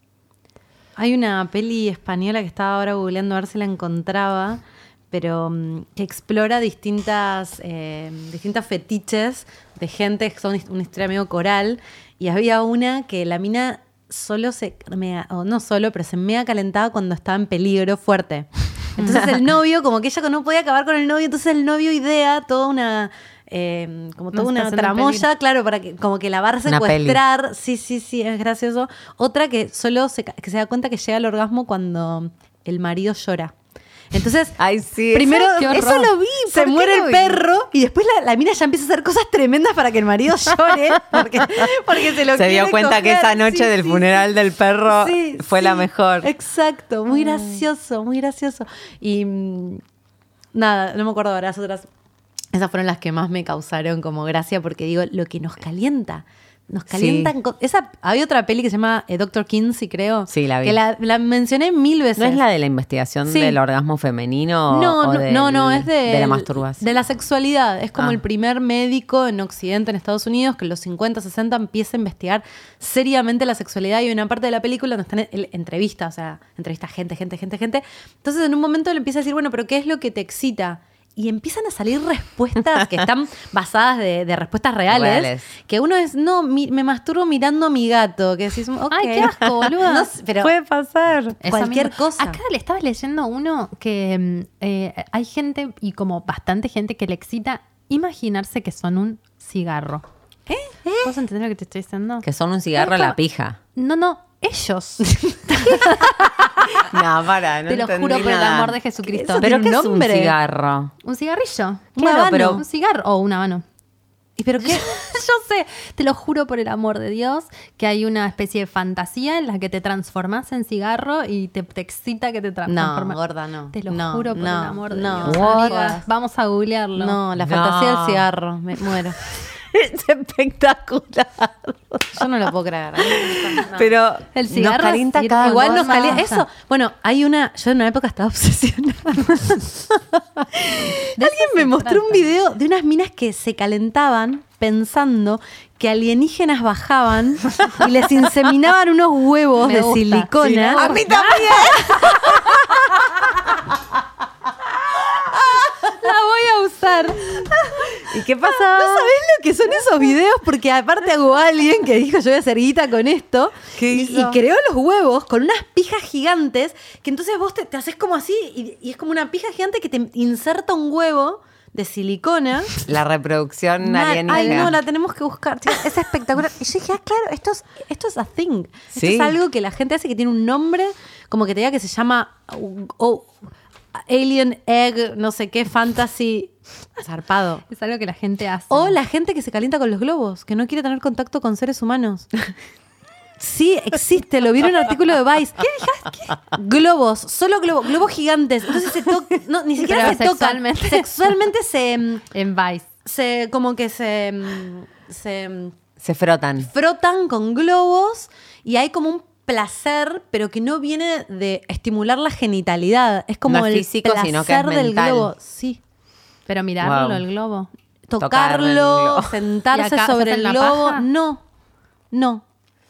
Hay una peli española que estaba ahora googleando a ver si la encontraba, pero mm, que explora distintas, eh, distintas fetiches de gente, que son una historia medio coral, y había una que la mina solo se, mega- o no solo, pero se mega calentaba cuando estaba en peligro fuerte. Entonces el novio, como que ella no podía acabar con el novio, entonces el novio idea toda una... eh, como toda Una una situación de tramoya, peligro. claro, para que como que la va a Una peli. secuestrar. Sí, sí, sí, es gracioso. Otra que solo se, que se da cuenta que llega al orgasmo cuando el marido llora. Entonces, Ay, sí. primero, qué horror. eso lo vi, se ¿Por qué muere lo el vi? perro y después la, la mina ya empieza a hacer cosas tremendas para que el marido llore porque, porque se lo Se dio quiere cuenta que coger. esa noche Sí, del sí, funeral sí. del perro Sí, fue sí, la mejor. Exacto, muy gracioso, muy gracioso. Y mm, nada, no me acuerdo ahora las otras. Esas fueron las que más me causaron como gracia porque digo, lo que nos calienta. Nos calientan. Sí. con- esa, había otra peli que se llama eh, doctor Kinsey, creo. Sí, la vi. Que la, la mencioné mil veces. ¿No es la de la investigación Sí. del orgasmo femenino? No, o no, del- no, no, es de, de la masturbación. de la sexualidad. Es como Ah. el primer médico en Occidente, en Estados Unidos, que en los cincuenta, sesenta empieza a investigar seriamente la sexualidad. Y hay una parte de la película donde están en, en entrevista, o sea, entrevista a gente, gente, gente, gente. Entonces, en un momento le empieza a decir, bueno, pero ¿qué es lo que te excita? Y empiezan a salir respuestas que están basadas de, de respuestas reales, Reales. Que uno es, no, mi- me masturbo mirando a mi gato. Que decís, ok. Ay, qué asco, boluda. No sé, pero Puede pasar. Esa cualquier misma- cosa. Acá le estaba leyendo uno que mm, eh, hay gente, y como bastante gente, que le excita imaginarse que son un cigarro. ¿Eh? ¿Vos entendés lo que te estoy diciendo? Que son un cigarro a Es como- la pija. No, no, ellos. No, para, no Te lo entendí juro por el nada. amor de Jesucristo. Eso ¿Pero tiene qué un es un nombre. cigarro? Un cigarrillo. Un Claro, habano. pero un cigarro o un habano. ¿Y pero qué? Yo sé, te lo juro por el amor de Dios, que hay una especie de fantasía en la que te transformás en cigarro y te, te excita que te tra- No, transformas. gorda, no. Te lo No, juro por no, el amor de no. Dios. What? amiga. Vamos a googlearlo. No, la No. fantasía del cigarro, me muero. Es espectacular. Yo no lo puedo creer. No. Pero El cigarro nos calienta sirve cada Igual nos cosa. calienta. Eso, bueno, hay una. Yo en una época estaba obsesionada. Alguien me mostró un video de unas minas que se calentaban pensando que alienígenas bajaban y les inseminaban unos huevos Me de gusta. silicona. Sí, me A mí también. La voy a usar. ¿Y qué pasa? ¿No sabés lo que son esos videos? Porque aparte hubo alguien que dijo yo voy a hacer guita con esto. ¿Qué y, hizo? y creó los huevos con unas pijas gigantes que entonces vos te, te haces como así y, y es como una pija gigante que te inserta un huevo de silicona. La reproducción Mal. alienígena. Ay, no, la tenemos que buscar. Tío, es espectacular. Y yo dije, ah, claro, esto es, esto es a thing. Esto Sí. es algo que la gente hace que tiene un nombre, como que te diga que se llama oh, Alien Egg, no sé qué, fantasy. Zarpado. Es algo que la gente hace. O la gente que se calienta con los globos, que no quiere tener contacto con seres humanos. Sí, existe, lo vi en un artículo de Vice. ¿Qué dijiste? ¿Qué? Globos, solo globos, globos gigantes. Entonces se tocan, no, ni siquiera Pero se tocan. sexualmente. Sexualmente se, mm, En Vice. se como que se, mm, se mm, Se frotan. frotan con globos y hay como un placer, pero que no viene de estimular la genitalidad. Es como No es el físico, placer sino que es del mental. globo. Sí. Pero mirarlo, Wow. el globo. Tocarlo en el Tocarlo, globo. ¿Y sentarse acá sobre se el hacen la globo. paja? No, no.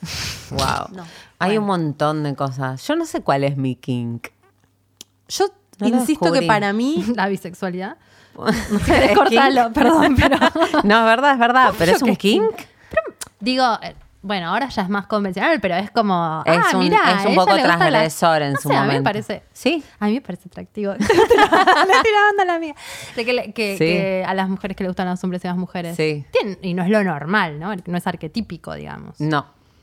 Wow. No. Hay Bueno. un montón de cosas. Yo no sé cuál es mi kink. Yo No lo insisto descubrí. que para mí La bisexualidad. ¿Es Cortalo, kink? perdón, pero. No, es verdad, es verdad. Pero es que un es kink. Digo, eh, bueno, ahora ya es más convencional, pero es como. Es ah, un- mirá, es un a poco ella le gusta la- transgresor en no su sé, A mí me momento. parece. Sí. A mí me parece atractivo. Le estoy tirando a la mía. De que, le- que- Sí. que a las mujeres que le gustan los hombres y las mujeres. Sí. Tienen- y no es lo normal, ¿no? No es arquetípico, digamos. No.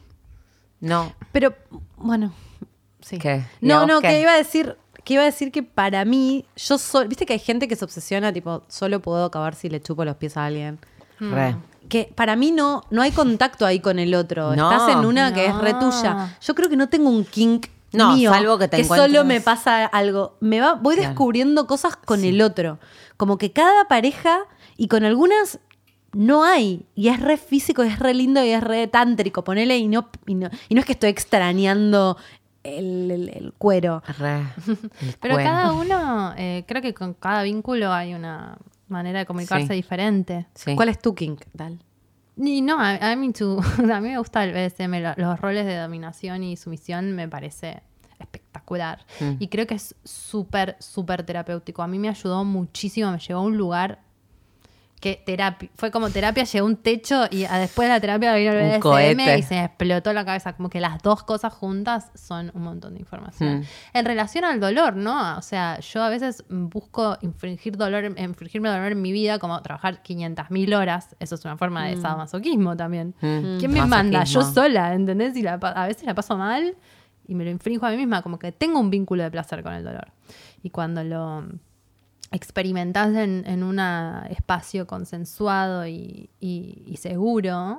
No. Pero, bueno, sí. ¿Qué? ¿Y No, vos no, qué? que iba a decir, que iba a decir que para mí, yo soy, viste que hay gente que se obsesiona, tipo, solo puedo acabar si le chupo los pies a alguien. Re. Que para mí no, no hay contacto ahí con el otro. No. Estás en una que es No. re tuya. Yo creo que no tengo un kink No, mío, salvo que te solo encuentres- me pasa algo. Me va, voy Claro. descubriendo cosas con el otro. Como que cada pareja, y con algunas no hay. Y es re físico, es re lindo y es re tántrico. Ponele y no, y no, y no es que estoy extrañando el, el- el cuero. Re. El Pero cuero. cada uno, eh, creo que con cada vínculo hay una manera de comunicarse Sí. diferente. Sí. ¿Cuál es tu kink, Dal? Y no, a, a mí, too. A mí me gusta el B S M, lo- los roles de dominación y sumisión me parece espectacular. Mm. Y creo que es súper, súper terapéutico. A mí me ayudó muchísimo, me llevó a un lugar que terapia, fue como terapia, llegó a un techo y a- después de la terapia vino el Un B S M cohete. y se me explotó la cabeza. Como que las dos cosas juntas son un montón de información. Mm. En relación al dolor, ¿no? O sea, yo a veces busco infringir dolor, infringirme dolor en mi vida, como trabajar quinientas mil horas. Eso es una forma de sadomasoquismo también. Mm. ¿Quién me manda? Yo Masoquismo. sola, ¿entendés? Y la pa- a veces la paso mal y me lo infrinjo a mí misma, como que tengo un vínculo de placer con el dolor. Y cuando lo experimentás en, en un espacio consensuado y, y- y seguro,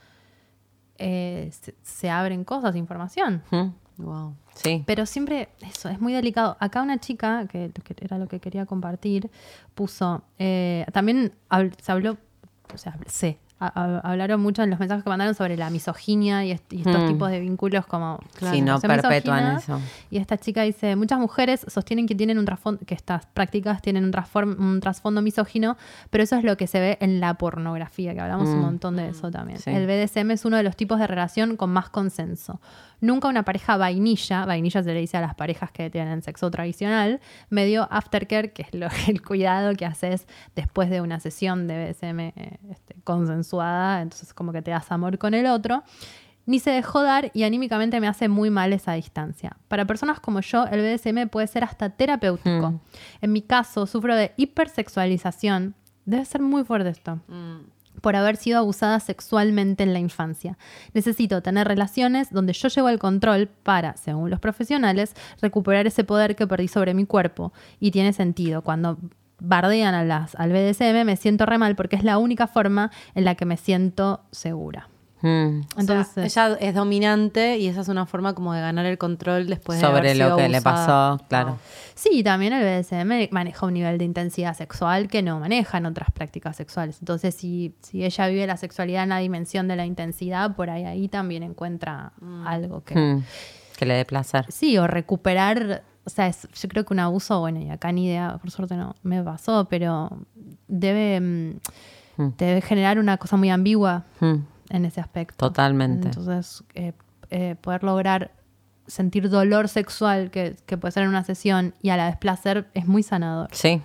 eh, se, se abren cosas, información. Mm. Wow. Sí. Pero siempre, eso, es muy delicado. Acá una chica, que, que era lo que quería compartir, puso, eh, también hab- se habló, o sea, se a- a- hablaron mucho en los mensajes que mandaron sobre la misoginia y, est- y estos Mm. tipos de vínculos como... Sí, no Soy perpetúan misógina. eso. Y esta chica dice, muchas mujeres sostienen que tienen un trasfondo, que estas prácticas tienen un, trasform- un trasfondo misógino, pero eso es lo que se ve en la pornografía, que hablamos un Mm. montón de eso también. Sí. El B D S M es uno de los tipos de relación con más consenso. Nunca una pareja vainilla, vainilla se le dice a las parejas que tienen sexo tradicional, me dio aftercare, que es lo, el cuidado que haces después de una sesión de B D S M eh, este, consensuada, entonces como que te das amor con el otro. Ni se dejó dar y anímicamente me hace muy mal esa distancia. Para personas como yo, el B D S M puede ser hasta terapéutico. Mm. En mi caso, sufro de hipersexualización. Debe ser muy fuerte esto. Por haber sido abusada sexualmente en la infancia. Necesito tener relaciones donde yo llevo el control para, según los profesionales, recuperar ese poder que perdí sobre mi cuerpo. Y tiene sentido. Cuando bardean a las, al B D S M me siento re mal porque es la única forma en la que me siento segura. Mm. Entonces, O sea, ella es dominante y esa es una forma como de ganar el control después de Sobre haber sido lo que le abusada. pasó, claro. sí, también el B D S M maneja un nivel de intensidad sexual que no manejan otras prácticas sexuales. Entonces, si, si ella vive la sexualidad en la dimensión de la intensidad, por ahí ahí también encuentra algo que... Mm. Que le dé placer. Sí, o recuperar... O sea, es- yo creo que un abuso, bueno, y acá ni idea, por suerte no me pasó, pero debe, mm, Mm. debe generar una cosa muy ambigua Mm. en ese aspecto. Totalmente. Entonces, eh, eh, poder lograr sentir dolor sexual que, que puede ser en una sesión y a la vez placer es muy sanador, Sí.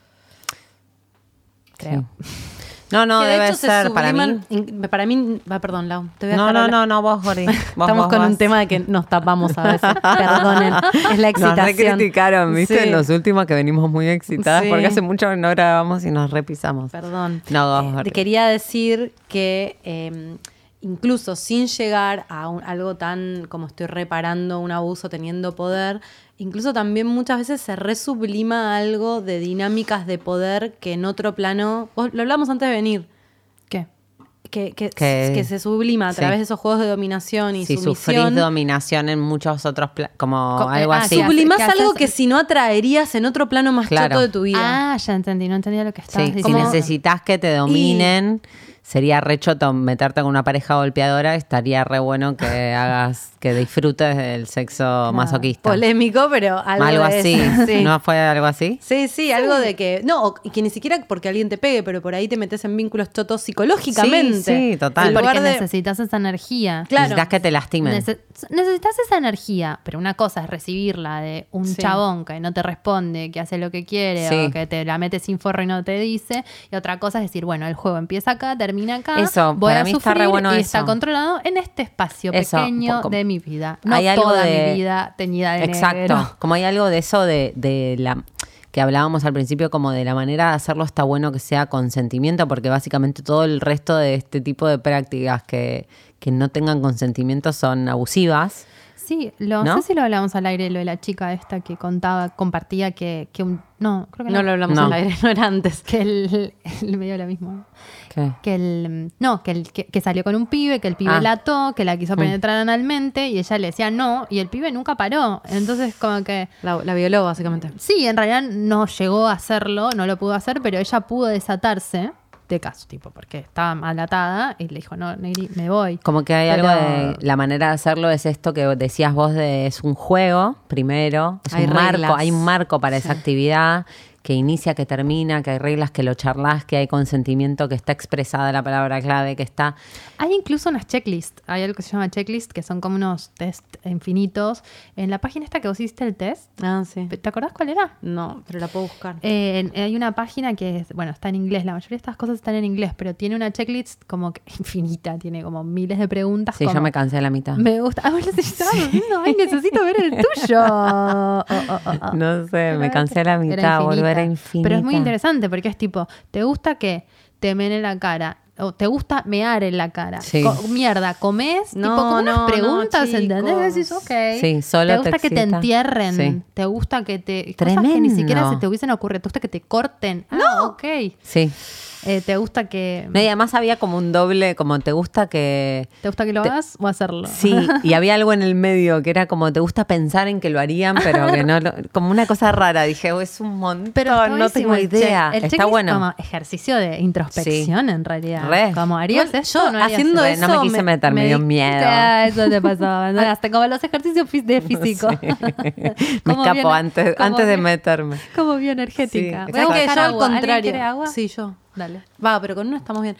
creo. Sí. No, no, Que de debe hecho se ser para mí. subliman- in- Para mí, va, perdón, Lau. Te voy a No, dejar no, hablar. no, no, vos, Gordi. Vos, Estamos vos con un vas. tema de que nos tapamos a veces. Perdonen. Es la excitación. Nos recriticaron, ¿viste? Sí. En los últimos que venimos muy excitadas Sí. porque hace mucho que no grabamos y nos repisamos. Perdón. No, vos, Eh, Gordi. te quería decir que eh, incluso sin llegar a un- algo tan como estoy reparando un abuso teniendo poder, incluso también muchas veces se resublima algo de dinámicas de poder que en otro plano, vos, lo hablamos antes de venir, ¿Qué? que, que, Que- que se sublima a sí. través de esos juegos de dominación y Si sumisión. sufrís dominación en muchos otros, pla- como Co- algo ah, así. sí, Sublimás ¿Qué algo haces? que si no atraerías en otro plano más Claro. choto de tu vida. Ah, ya entendí, no entendía lo que estabas Sí, si diciendo. necesitas que te dominen, sería re choto meterte con una pareja golpeadora, estaría re bueno que hagas, que disfrutes del sexo masoquista. Polémico, pero algo, Algo de así. eso, sí. ¿No fue algo así? Sí, sí, algo de que. No, o- y que ni siquiera porque alguien te pegue, pero por ahí te metes en vínculos chotos psicológicamente. Sí, sí, total. En Porque lugar de- necesitas esa energía. Claro. Necesitas que te lastimen. Nece- necesitas esa energía, pero una cosa es recibirla de un Sí. chabón que no te responde, que hace lo que quiere Sí. o que te la mete sin forro y no te dice. Y otra cosa es decir, bueno, el juego empieza acá, termina acá. Eso, voy para a mí está sufrir re bueno y eso. está controlado en este espacio Eso, pequeño poco- de mi vida. No Hay algo toda de- mi vida teñida de Exacto. negro. Como hay algo de eso de, de la que hablábamos al principio, como de la manera de hacerlo está bueno que sea consentimiento, porque básicamente todo el resto de este tipo de prácticas que, que no tengan consentimiento son abusivas. Sí, lo, ¿No? no sé si lo hablamos al aire, lo de la chica esta que contaba, compartía que, que un... No, creo que no. No lo hablamos No. al aire, no era antes. Que el, el medio lo mismo. ¿Qué? Que el no, que, el, que, que salió con un pibe, que el pibe Ah. la ató, que la quiso Mm. penetrar analmente y ella le decía no y el pibe nunca paró. Entonces como que La, la violó, básicamente. sí, en realidad no llegó a hacerlo, no lo pudo hacer, pero ella pudo desatarse de caso, tipo, porque estaba mal atada y le dijo, no, Negri, me voy. Como que hay Pero- algo de la manera de hacerlo es esto que decías vos de es un juego primero, es Hay un marco, reglas. hay un marco para esa actividad que inicia, que termina, que hay reglas, que lo charlas, que hay consentimiento, que está expresada la palabra clave, que está Hay incluso unas checklists, hay algo que se llama checklist, que son como unos test infinitos. En la página esta que vos hiciste el test, Ah, sí. ¿te acordás cuál era? No, pero la puedo buscar. Eh, en- hay una página que es, bueno, está en inglés, la mayoría de estas cosas están en inglés, pero tiene una checklist como que infinita, tiene como miles de preguntas. sí, como, yo me cansé de la mitad. Me gusta. Ah, vos lo estabas diciendo, ay, necesito ver el tuyo. Oh, oh, oh, oh. No sé, me Era- cansé de la era mitad, volver a infinita. Pero es muy interesante porque es tipo, ¿te gusta que te meen en la cara? O te gusta mear en la cara. Sí. Co- mierda, ¿comés? No, tipo, como unas no, no, preguntas, chicos. ¿entendés? Decís, ok. Sí, solo ¿Te te gusta que te excita. entierren? Sí. ¿Te gusta que te... Cosas que ni siquiera Tremendo. se te hubiesen ocurrido. ¿Te gusta que te corten? No. ok. Sí. Eh, ¿Te gusta que... No, y además había como un doble, como te gusta que... ¿Te gusta que lo te- hagas o hacerlo? Sí, y había algo en el medio que era como te gusta pensar en que lo harían, pero que no lo- como una cosa rara. Dije, oh, es un montón, Pero está no buenísimo tengo el check. idea. El Está checklist bueno. como ejercicio de introspección Sí. en realidad. Re. Como harías Igual, esto yo o no harías haciendo esto? No me eso quise me- meter, me, me dio di- miedo. Ah, eso te pasó. Abandonaste como los ejercicios fí- de físico. Me Como escapo bien- antes, como antes de bien- meterme. Como bioenergética. Sí, Voy a ¿Sabes que buscar yo al agua. ¿Alguien contrario? quiere agua? Sí, yo. Dale. Va, pero con uno estamos bien.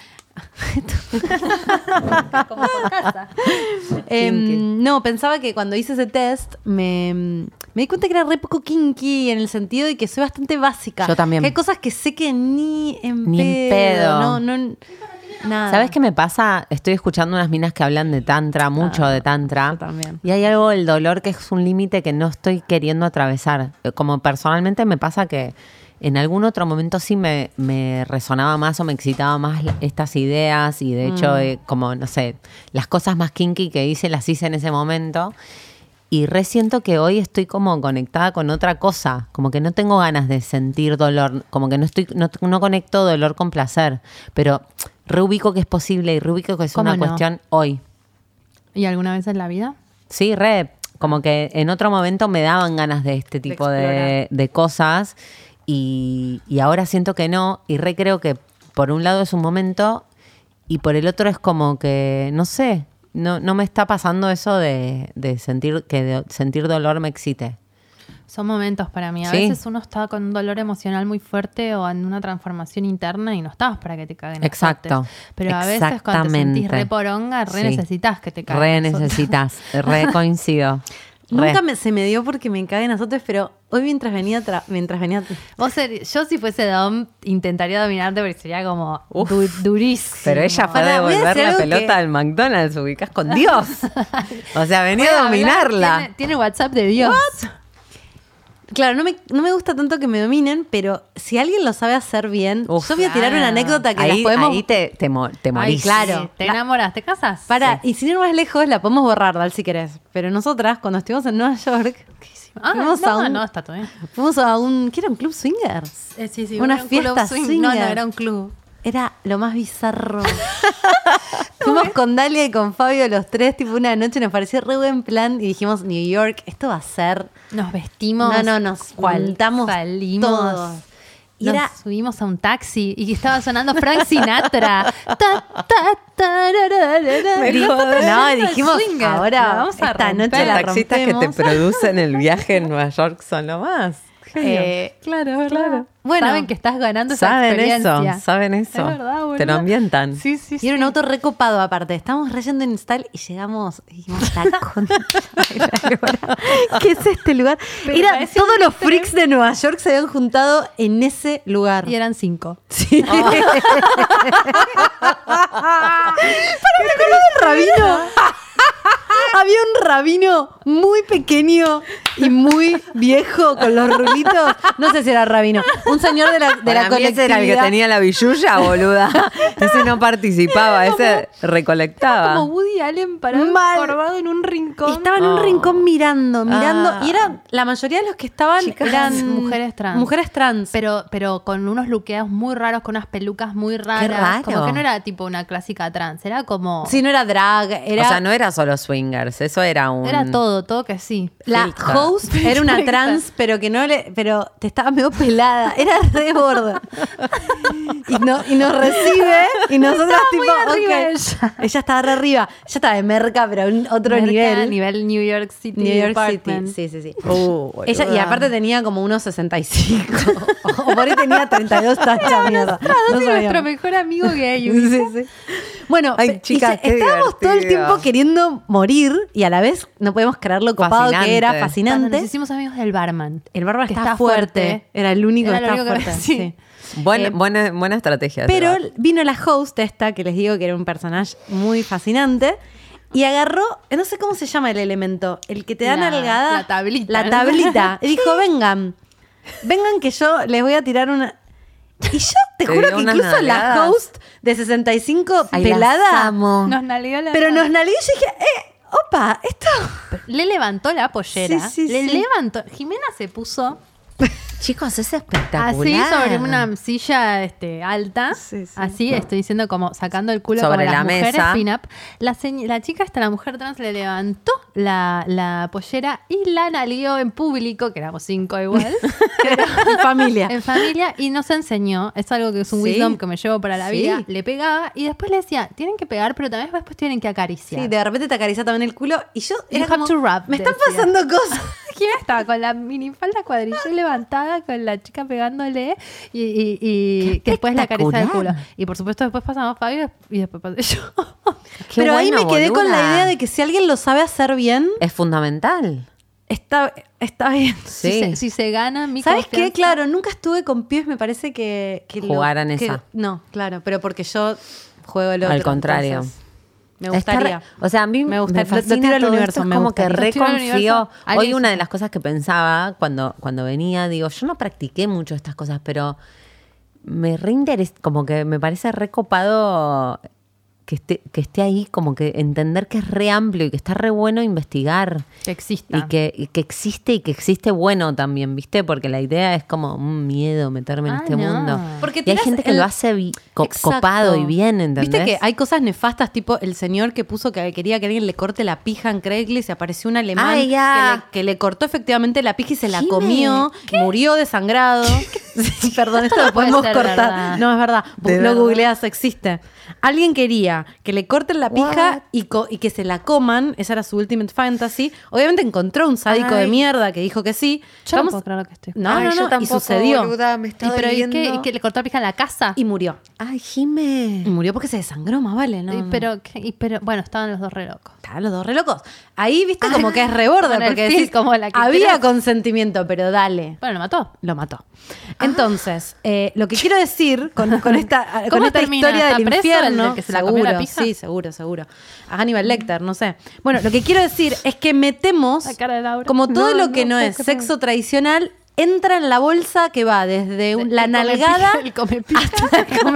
Como por casa. Em, no, pensaba que cuando hice ese test me, me di cuenta que era re poco kinky en el sentido de que soy bastante básica. Yo también. Que hay cosas que sé que ni en Ni en pedo. No, no, nada. ¿Sabes qué me pasa? Estoy escuchando unas minas que hablan de tantra, mucho de tantra. yo también. Y hay algo del dolor que es un límite que no estoy queriendo atravesar. Como personalmente me pasa que en algún otro momento sí me, me resonaba más o me excitaba más la- estas ideas y de hecho, eh, como, no sé, las cosas más kinky que hice las hice en ese momento. Y re siento que hoy estoy como conectada con otra cosa, como que no tengo ganas de sentir dolor, como que no estoy, no, no conecto dolor con placer, pero reubico que es posible y reubico que es ¿Cómo una no? cuestión hoy. ¿Y alguna vez en la vida? Sí, re, como que en otro momento me daban ganas de este tipo de, de cosas y, y ahora siento que no y re creo que por un lado es un momento y por el otro es como que, no sé, no, no me está pasando eso de, de sentir que de, sentir dolor me excite. Son momentos para mí. A Sí. veces uno está con un dolor emocional muy fuerte o en una transformación interna y no estás para que te caguen Exacto. azotes. Pero a veces cuando te sentís Exactamente. re poronga, re Sí. necesitas que te caguen Re azotes. necesitas, re coincido. Re. Nunca me, se me dio porque me caguen azotes, pero hoy mientras venía, tra- mientras venía Vos ser- yo si fuese Dom, intentaría dominarte porque sería como Uf. du- durísimo. Pero ella fue a Pará, voy a devolver decir la algo pelota que- al McDonald's, ubicás con Dios. O sea, venía Puede a hablar, dominarla. Tiene, tiene WhatsApp de Dios. Claro, no me, no me gusta tanto que me dominen, pero si alguien lo sabe hacer bien, Uf, yo voy a tirar claro. una anécdota que ahí, las podemos... ahí te, te, mo- te Ay, morís. claro. Te La- enamoras, te casas. Para, y sin ir más lejos, la podemos borrar, Dal, si querés. Pero nosotras, cuando estuvimos en Nueva York, Ah, fuimos no, a un- no, está todo bien. fuimos a un... ¿Qué era? ¿Un club swinger? Eh, sí, sí, Una era un club fiesta swing. swinger. No, no, era un club. Era lo más bizarro. Fuimos con Dalia y con Fabio los tres, tipo una noche, nos pareció re buen plan y dijimos, New York, esto va a ser... Nos vestimos. No, no, nos juntamos Salimos. todos. Y Nos era- subimos a un taxi y estaba sonando Frank Sinatra. Ta, ta, tararara. Me Dijo, jodas. No, "Esto es dijimos, swinger, ahora, la vamos a esta romper". noche Los la taxistas que te rompemos. producen el viaje en Nueva York son lo más. Eh, claro, ¿verdad? Claro. Bueno, saben que estás ganando esa Saben experiencia. eso, saben eso. Es verdad, boluda. Te lo ambientan. Sí, sí, sí. Y era un auto recopado aparte. Estábamos reyendo en style y llegamos y dijimos, la concha de la lora. ¿Qué es este lugar? Pero Era parecía todos un los freaks de Nueva York se habían juntado en ese lugar. Y eran cinco. Sí. ¿Para te acordás del rabino? Había un rabino muy pequeño y muy viejo con los rulitos. No sé si era rabino. Un señor de la, de Para la mí ese era el que colectividad. tenía la billulla, boluda. Ese no participaba, ese recolectaba. Como Woody Allen parado Mal. encorvado en un rincón. Y estaba en un Oh. rincón mirando, mirando. Ah. Y era la mayoría de los que estaban Chicas, eran mujeres trans. Mujeres trans. Pero, pero con unos luqueados muy raros, con unas pelucas muy raras. raro. Como que no era tipo una clásica trans, era como... Sí, no era drag, era... O sea, no era solo swingers, eso era un... Era todo, todo que sí. La Filtra. host era una Filtra. trans, pero que no le, pero te estaba medio pelada, era re gorda. Y, no, y nos recibe y nosotras tipo, muy arriba ok. ella. Ella estaba re arriba, ella estaba de merca, pero a un otro Merca, nivel. nivel New York City New York Apartment. City, sí, sí, sí. Uh, Ella, y boluda. aparte tenía como unos sesenta y cinco. O por ahí tenía treinta y dos tachas, mierda. Ah, No sí, sabíamos. nuestro mejor amigo gay. Sí, sí. Bueno, Ay, pe- y chicas, se- qué estábamos todo el divertido. tiempo queriendo morir y a la vez no podemos creer lo copado que era, Fascinante. Cuando fascinante. nos hicimos amigos del barman. El barba que está, está fuerte. fuerte. Era el único Era que lo estaba único que- fuerte. sí. sí. Buena, Eh, buena, buena estrategia. Pero de verdad. vino la host esta, que les digo que era un personaje muy fascinante, y agarró, no sé cómo se llama el elemento, el que te da La- nalgada. la tablita, La ¿no? tablita. Y dijo, vengan, vengan que yo les voy a tirar una... Y yo te Te juro dio que unas incluso la nalgadas. host de sesenta y cinco Ay, las pelada, amo. Nos nalgó la... pero nos nalgué y yo dije, eh, opa, esto... Le levantó la pollera. Sí, sí, le sí. levantó... Jimena se puso Chicos, es espectacular. así sobre una silla este, alta. Sí, sí. Así, estoy diciendo como sacando el culo Sobre como la las mujeres mesa. pin-up. La, señ- la chica esta, la mujer trans, le levantó la, la pollera y la nalgueó en público, que éramos cinco igual, En familia. en familia, y nos enseñó, es algo que es un Sí. wisdom que me llevo para la Sí. vida, le pegaba y después le decía, tienen que pegar, pero también después tienen que acariciar. Sí, de repente te acaricia también el culo y yo You era have como, to rub, me están decía. pasando cosas. Jimena estaba con la minifalda cuadrillé levantada, con la chica pegándole y, y- y que después la acaricia el culo. espectacular. Y por supuesto después pasamos Fabio y después pasé yo. Qué Pero ahí bueno, me quedé con la boluda. idea de que si alguien lo sabe hacer bien, Es fundamental. está, está bien. Sí. Si, se, si se gana mi ¿Sabes qué? confianza- Claro, nunca estuve con pibes, me parece que... que lo- Jugaran que- esa. No, claro, pero porque yo juego el otro. Al contrario. entonces me Está gustaría. re- o sea, a mí Me me, gusta- fascina lo- lo tiro al todo universo, esto, es me como gusta. que Lo tiro al reconfío. universo. Hoy Alguien una se- de las cosas que pensaba cuando, cuando venía, digo, yo no practiqué mucho estas cosas, pero me reinteresa, como que me parece recopado que, esté, que esté ahí, como que entender que es re amplio y que está re bueno investigar. Que exista. Y que, y que existe y que existe bueno también, ¿viste? Porque la idea es como un miedo meterme en Ah, este no. mundo. Porque y hay tirás gente que el- lo hace vi- co- Exacto. copado y bien, ¿entendés? Viste que hay cosas nefastas, tipo el señor que puso que quería que alguien le corte la pija en Craigslist y apareció un alemán Ay, ya. que, le, que le cortó efectivamente la pija y se la Jime, comió, murió desangrado. Sí, perdón, esto lo puede podemos ser cortar. verdad. No, es verdad. ¿De Lo verdad? googleás, existe. Alguien quería que le corten la pija y, co- y que se la coman. Esa era su ultimate fantasy. Obviamente encontró un sádico de Ay. mierda que dijo que sí. Yo Vamos- no puedo creer lo que estoy No, Ay, no, yo no. Y tampoco, sucedió. boluda, me está ¿Y, pero, ¿y doliendo. qué? ¿Y qué? ¿Le cortó la pija en la casa? Y murió. Ay, Jime. Y murió porque se desangró, más vale, ¿no? Y, pero, ¿qué? Y, pero, bueno, estaban los dos re locos. Estaban los dos re locos. Ahí, viste, como que es re border, Con el porque feel decís, como la que había querés. consentimiento, pero dale. Bueno, lo mató. Lo mató. Entonces, eh, lo que quiero decir con, con esta, con ¿Cómo esta termina? historia ¿Está del preso infierno, el de que se la comió seguro, la pija? sí, seguro, seguro. A Hannibal Lecter, no sé. Bueno, lo que quiero decir es que metemos La cara de Laura. como todo No, lo que no no, puedo es creer. sexo tradicional entra en la bolsa que va desde un- la El come nalgada pija, el come pija. hasta el come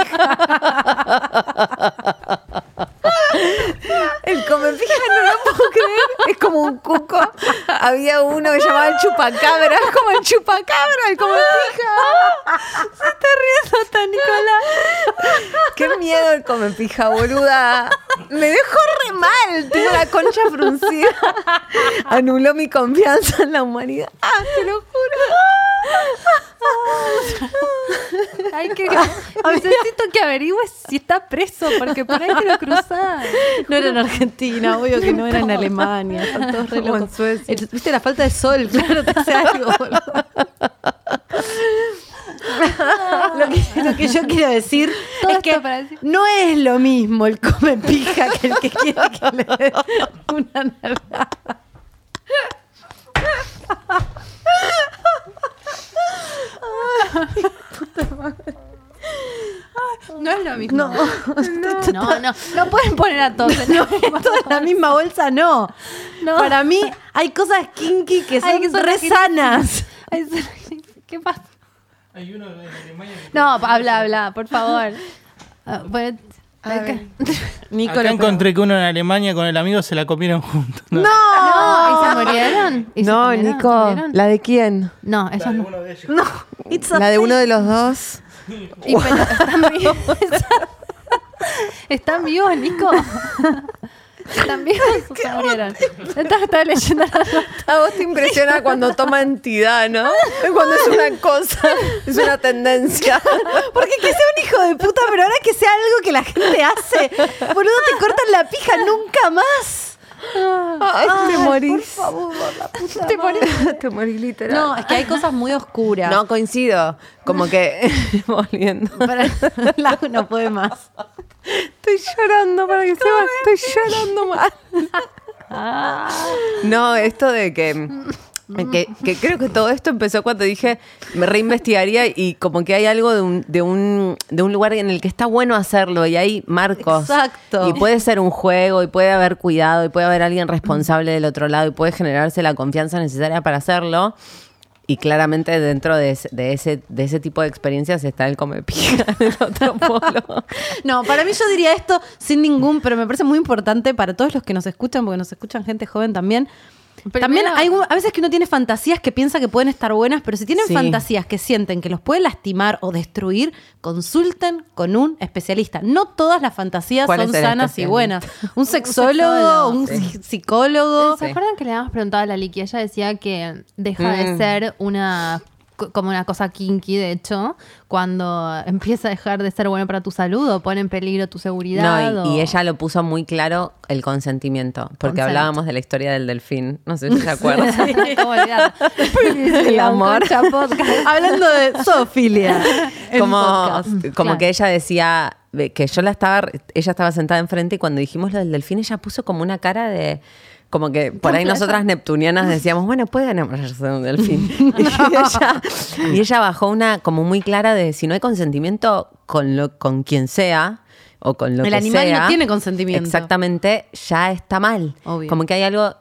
El comepija no lo puedo creer. Es como un cuco. Había uno que llamaba el chupacabra. Es como el chupacabra, el comepija. Se está riendo hasta Nicolás. Qué miedo el comepija, boluda. Me dejó re mal. Tengo la concha fruncida. Anuló mi confianza en la humanidad. Ah, te lo juro. Hay que, necesito que averigües si está preso, porque por ahí te lo cruzás. No era en Argentina, obvio que no era en Alemania. Están todos re Como en locos. Suecia. Eh, Viste la falta de sol, claro, te hace algo, boludo. Lo que, lo que yo quiero decir Todo es esto que para decir- no es lo mismo el come pija que el que quiere que le dé una nalgada. No es lo mismo. No, no, no, no pueden poner a todos en no, esto en la misma bolsa no. No. Para mí hay cosas kinky que son, Ay, que son re kinky. sanas. Ay, sí. ¿Qué pasa? Hay uno en Alemania que... No, habla, habla, por favor. Ah, bueno, A ver. Nico, Acá encontré que uno en Alemania con el amigo se la comieron juntos. ¿no? no, ¿y se murieron? ¿Y se No, comieron? ¿Se Nico. murieron? ¿La de quién? No, esos no. Uno de ellos. No, it's a ¿La de thing. uno de los dos? Y pero están vivos. ¿Están vivos, Nico? ¿Están vivos o se murieron? Estás, estás leyendo la nota. A vos te impresiona cuando toma entidad, ¿no? Es cuando es una cosa, es una tendencia. Porque que sea un hijo de puta, pero ahora que sea algo que la gente hace. Boludo, te cortan la pija nunca más. Ay, te morís. Por favor, la puta Te madre. morís, te morís literal. No, es que hay cosas muy oscuras. No, coincido. Como que, volviendo. Para, la, no puede más. Estoy llorando para que sepan, estoy llorando mal. No, esto de que, que, que creo que todo esto empezó cuando dije, me reinvestigaría y como que hay algo de un, de un, de un lugar en el que está bueno hacerlo y hay marcos. Exacto. Y puede ser un juego y puede haber cuidado y puede haber alguien responsable del otro lado y puede generarse la confianza necesaria para hacerlo. Y claramente dentro de ese, de ese, de ese tipo de experiencias está el come pija en el otro polo. No, para mí yo diría esto sin ningún, pero me parece muy importante para todos los que nos escuchan, porque nos escuchan gente joven también. Primero- También hay un- a veces que uno tiene fantasías que piensa que pueden estar buenas, pero si tienen Sí. fantasías que sienten que los puede lastimar o destruir, consulten con un especialista. No todas las fantasías ¿Cuál son es el sanas y especialista? buenas. Un sexólogo, sexólogo. un Sí. psi- psicólogo. ¿Se acuerdan que le habíamos preguntado a la Liki? Ella decía que deja de Mm. ser una co- como una cosa kinky, de hecho, cuando empieza a dejar de ser bueno para tu salud o pone en peligro tu seguridad. No, y, y o- ella lo puso muy claro, el consentimiento, porque Consent. hablábamos de la historia del delfín. No sé si se acuerdan. ¿Cómo olvidar? El amor. Concha Podcast. Hablando de zoofilia. en como podcast. como Claro. que ella decía de que yo la estaba, ella estaba sentada enfrente y cuando dijimos lo del delfín, ella puso como una cara de... Como que por ahí nosotras neptunianas decíamos, bueno, puede enamorarse de un delfín. Y ella, y ella bajó una como muy clara de si no hay consentimiento con, lo, con quien sea o con lo El que animal sea. no tiene consentimiento. Exactamente, ya está mal. Obvio. Como que hay algo...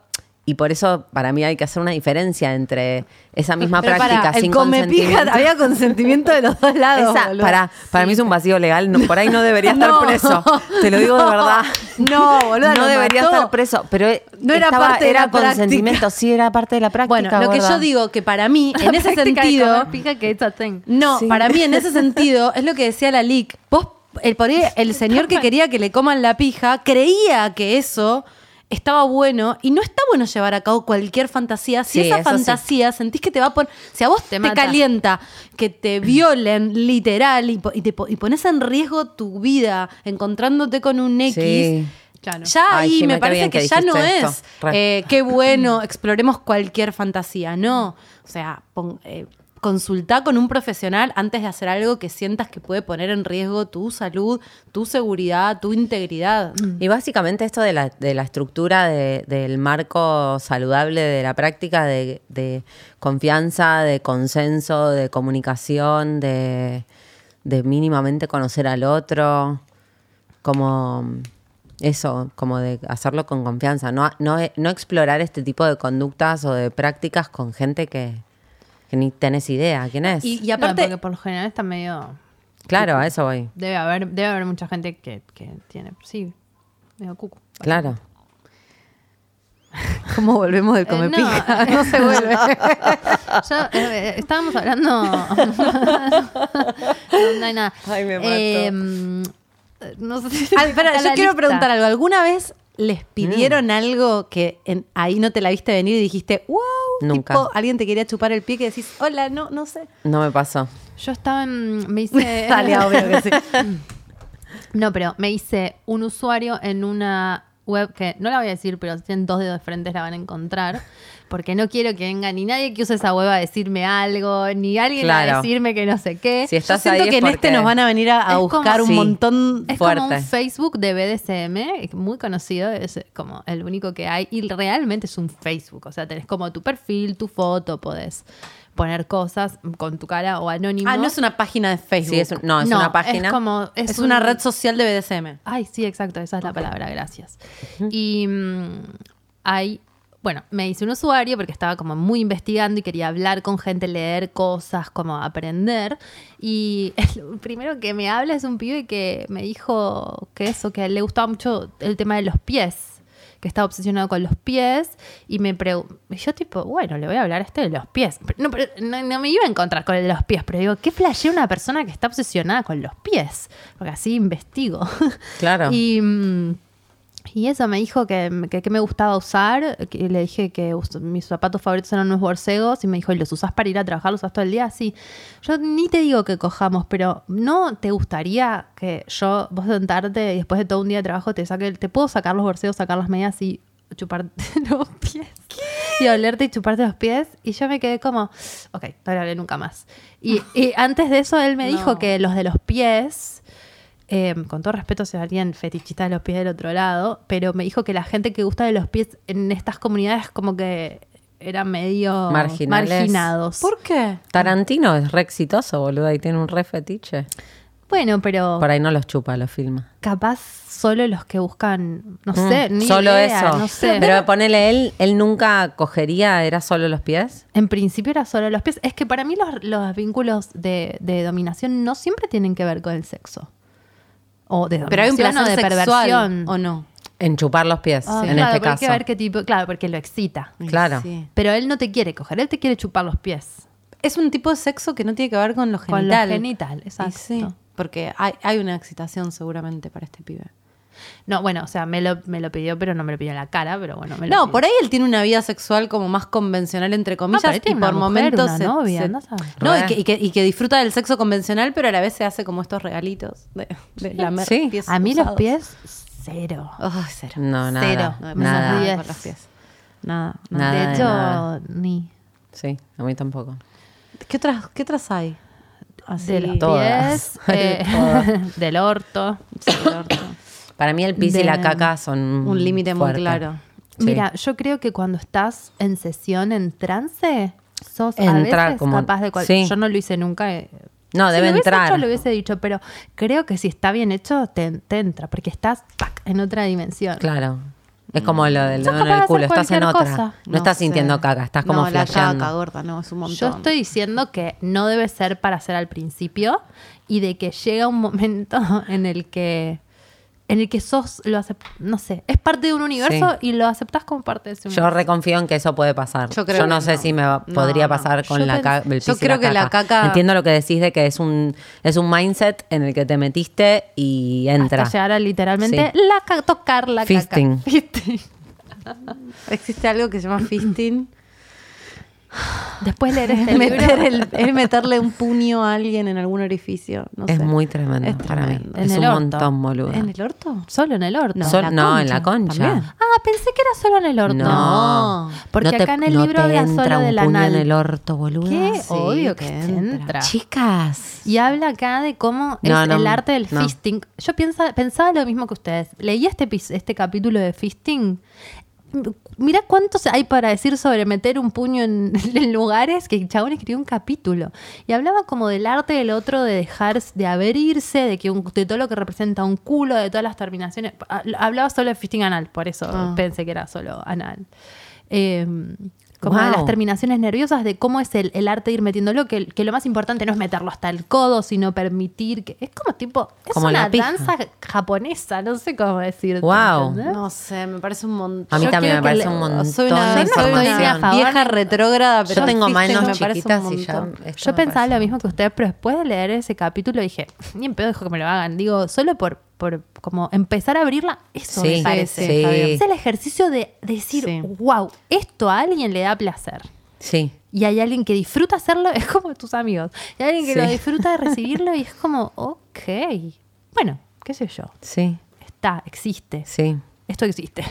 y por eso para mí hay que hacer una diferencia entre esa misma Pero práctica pará, sin el come consentimiento. pija, había consentimiento de los dos lados. Esa, boludo. para, para mí es un vacío legal, no, por ahí no debería estar No. preso. Te lo digo de verdad. No, boluda, No lo debería mató. estar preso, pero No era estaba- parte de era la práctica. consentimiento, sí, era parte de la práctica. Bueno, lo que ¿verdad? yo digo que para mí, en ese Práctica de sentido, comer pija que it's a thing. no, Sí. para mí en ese sentido es lo que decía la Lic. Vos, el, por ahí, el señor que quería que le coman la pija creía que eso estaba bueno y no está bueno llevar a cabo cualquier fantasía. Si Sí, esa eso sí. fantasía sentís que te va a poner, si a vos te, Te mata. calienta que te violen literal y, po- y, te po- y pones en riesgo tu vida encontrándote con un X. Sí. Claro. Ya Ay, ahí Jimé, me qué parece bien que, que ya no dijiste esto. es Re. eh, qué bueno, exploremos cualquier fantasía. No, o sea, pon- eh, consultá con un profesional antes de hacer algo que sientas que puede poner en riesgo tu salud, tu seguridad, tu integridad. Y básicamente esto de la, de la estructura de- del marco saludable de la práctica de, de confianza, de consenso, de comunicación, de, de mínimamente conocer al otro, como eso, como de hacerlo con confianza, no, no, no explorar este tipo de conductas o de prácticas con gente que, que ni tenés idea quién es. Y, y No, aparte, porque por lo general está medio... Claro, a eso voy. Debe haber, debe haber mucha gente que, que tiene... Sí, medio cucu. Claro. ¿cómo volvemos del Eh, come no, pija? No se vuelve. Yo, eh, estábamos hablando... no, no hay nada. Ay, me mato. Eh, no sé si Ay, espera, está yo la quiero lista. preguntar algo. ¿Alguna vez les pidieron algo que en- ahí no te la viste venir y dijiste, wow, Nunca. tipo, alguien te quería chupar el pie que decís, hola, no, no sé? No me pasó. Yo estaba en... Me hice... Dale, obvio que sí. No, pero me hice un usuario en una web que no la voy a decir, pero si tienen dos dedos de frente la van a encontrar. Porque no quiero que venga ni nadie que use esa web a decirme algo, ni alguien a Claro. decirme que no sé qué. Si Yo estás siento ahí que es en este porque- nos van a venir a, a Es buscar como- un Sí. montón. Es fuerte. como un Facebook de B D S M, muy conocido, es como el único que hay. Y realmente es un Facebook. O sea, tenés como tu perfil, tu foto, podés poner cosas con tu cara o anónimo. Ah, no es una página de Facebook. Sí, es un- no, es una página. Es como... Es, Es un- una red social de B D S M. Ay, sí, exacto, esa es la palabra, gracias. Y mm, hay, bueno, me hice un usuario porque estaba como muy investigando y quería hablar con gente, leer cosas, como aprender. Y lo primero que me habla es un pibe que me dijo que eso, que a él le gustaba mucho el tema de los pies, que estaba obsesionado con los pies, y me preguntó, yo tipo, bueno, le voy a hablar a este de los pies. Pero no, pero no, no me iba a encontrar con el de los pies, pero digo, ¿qué flashea una persona que está obsesionada con los pies? Porque así investigo. Claro. Y, mm, y eso, me dijo que, que, que me gustaba usar, que le dije que us- mis zapatos favoritos eran unos borcegos, y me dijo, ¿y los usás para ir a trabajar? ¿Los usás todo el día? Sí. Yo ni te digo que cojamos, pero ¿no te gustaría que yo, vos sentarte y después de todo un día de trabajo te saque, te puedo sacar los borcegos, sacar las medias y chuparte los pies? Y olerte y chuparte los pies. Y yo me quedé como, ok, no le hablé nunca más. Y, y antes de eso él me dijo No. que los de los pies... Eh, con todo respeto si alguien fetichista de los pies del otro lado, pero me dijo que la gente que gusta de los pies en estas comunidades como que eran medio Marginales. marginados. ¿Por qué? Tarantino es re exitoso, boluda, y tiene un re fetiche. Bueno, pero Por ahí no los chupa, los filma. capaz solo los que buscan, no sé, Mm, ni solo idea, eso. no sé. Pero ponele él, él nunca cogería, era solo los pies. En principio era solo los pies. Es que para mí los, los vínculos de, de dominación no siempre tienen que ver con el sexo. O de Pero hay un dominación placer o de sexual, perversión. ¿o no? En chupar los pies, Ah, en claro, este porque hay caso. que ver qué tipo, claro, porque lo excita. Claro. Sí. Pero él no te quiere coger, él te quiere chupar los pies. Es un tipo de sexo que no tiene que ver con lo Con genital. lo genital, Y exacto. sí, porque hay, hay una excitación seguramente para este pibe. No, bueno, o sea, me lo, me lo pidió, pero no me lo pidió en la cara, pero bueno, me lo No, pidió. por ahí él tiene una vida sexual como más convencional, entre comillas, pero él y tiene por una mujer, momentos una se- novia, se- no sabe. no, y Re. que, y, que, y que disfruta del sexo convencional, pero a la vez se hace como estos regalitos de, de lamer Sí. pies A mí los usados. pies, cero. Oh, cero. No, nada. Cero. No me pasa Nada. nada Diez. con los pies. Nada, nada. Nada de de hecho, nada. ni. Sí, a mí tampoco. ¿Qué otras, qué otras hay? Así, De los Todas. pies, eh, del orto. sí, el orto. Para mí el pis y De- la caca son Un límite muy fuerte. claro. Sí. Mira, yo creo que cuando estás en sesión, en trance, sos a Entra veces como- capaz de... cual- sí. Yo no lo hice nunca. eh. No, Si debe lo hubiese entrar. hecho, lo hubiese dicho, pero creo que si está bien hecho, te, te entra, porque estás ¡pac! En otra dimensión. Claro. Es como lo del Sos dedo en capaz de el culo, hacer estás en cualquier otra. cosa. No, No estás sé. sintiendo caca, estás como no, la flasheando. caca, gorda, no, es un montón. Yo estoy diciendo que no debe ser para hacer al principio y de que llega un momento en el que en el que sos, lo acep- no sé, es parte de un universo Sí. y lo aceptás como parte de ese Yo universo. reconfío en que eso puede pasar. Yo Yo, creo no que sé no. si me va- No, podría no. pasar con Yo la pens- caca. yo creo que la caca- Entiendo lo que decís de que es un, es un mindset en el que te metiste y entra. Hasta llegar a literalmente Sí. la ca- tocar la Fisting. caca. Fisting. Existe algo que se llama fisting. Después leer este Es, libro. meter el- es meterle un puño a alguien en algún orificio. No Es sé. muy tremendo Es para mí. tremendo. En Es el un orto. montón, boludo. ¿En el orto? Solo en el orto. No, Sol- la no, en concha, la concha. también. Ah, pensé que era solo en el orto. No. Porque No te- acá en el no libro te habla entra solo un del puño anal. en el orto, boludo. ¿Qué? Sí, Obvio que que entra. entra. Chicas. Y habla acá de cómo es No, no, el arte del no. fisting. Yo piensa, pensaba lo mismo que ustedes. Leí este, epis- este capítulo de fisting. Mira cuántos hay para decir sobre meter un puño en, en lugares que el chabón escribió un capítulo. Y hablaba como del arte del otro, de dejar, de abrirse, de, que un- de todo lo que representa un culo, de todas las terminaciones. Hablaba solo de fisting anal, por eso Ah. pensé que era solo anal. Eh, como de Wow. las terminaciones nerviosas, de cómo es el, el arte de ir metiéndolo, que, que lo más importante no es meterlo hasta el codo, sino permitir que... Es como tipo... Es Como una la pija. danza japonesa, no sé cómo decir. Wow. No sé, me parece un montón. A mí Yo también quiero me que parece le- un montón Soy una, de soy una información. vieja retrógrada, pero Yo tengo fisting manos me parece chiquitas un y ya... montón. esto Yo me pensaba parece- lo mismo que ustedes, pero después de leer ese capítulo dije, ni en pedo dejo que me lo hagan. Digo, solo por, por como empezar a abrirla, eso Sí, me parece. sí. Es el ejercicio de decir, Sí. wow, esto a alguien le da placer. Sí. Y hay alguien que disfruta hacerlo, es como tus amigos. Y hay alguien que Sí. lo disfruta de recibirlo y es como, ok. Bueno, qué sé yo. Sí. Está, existe. Sí. Esto existe.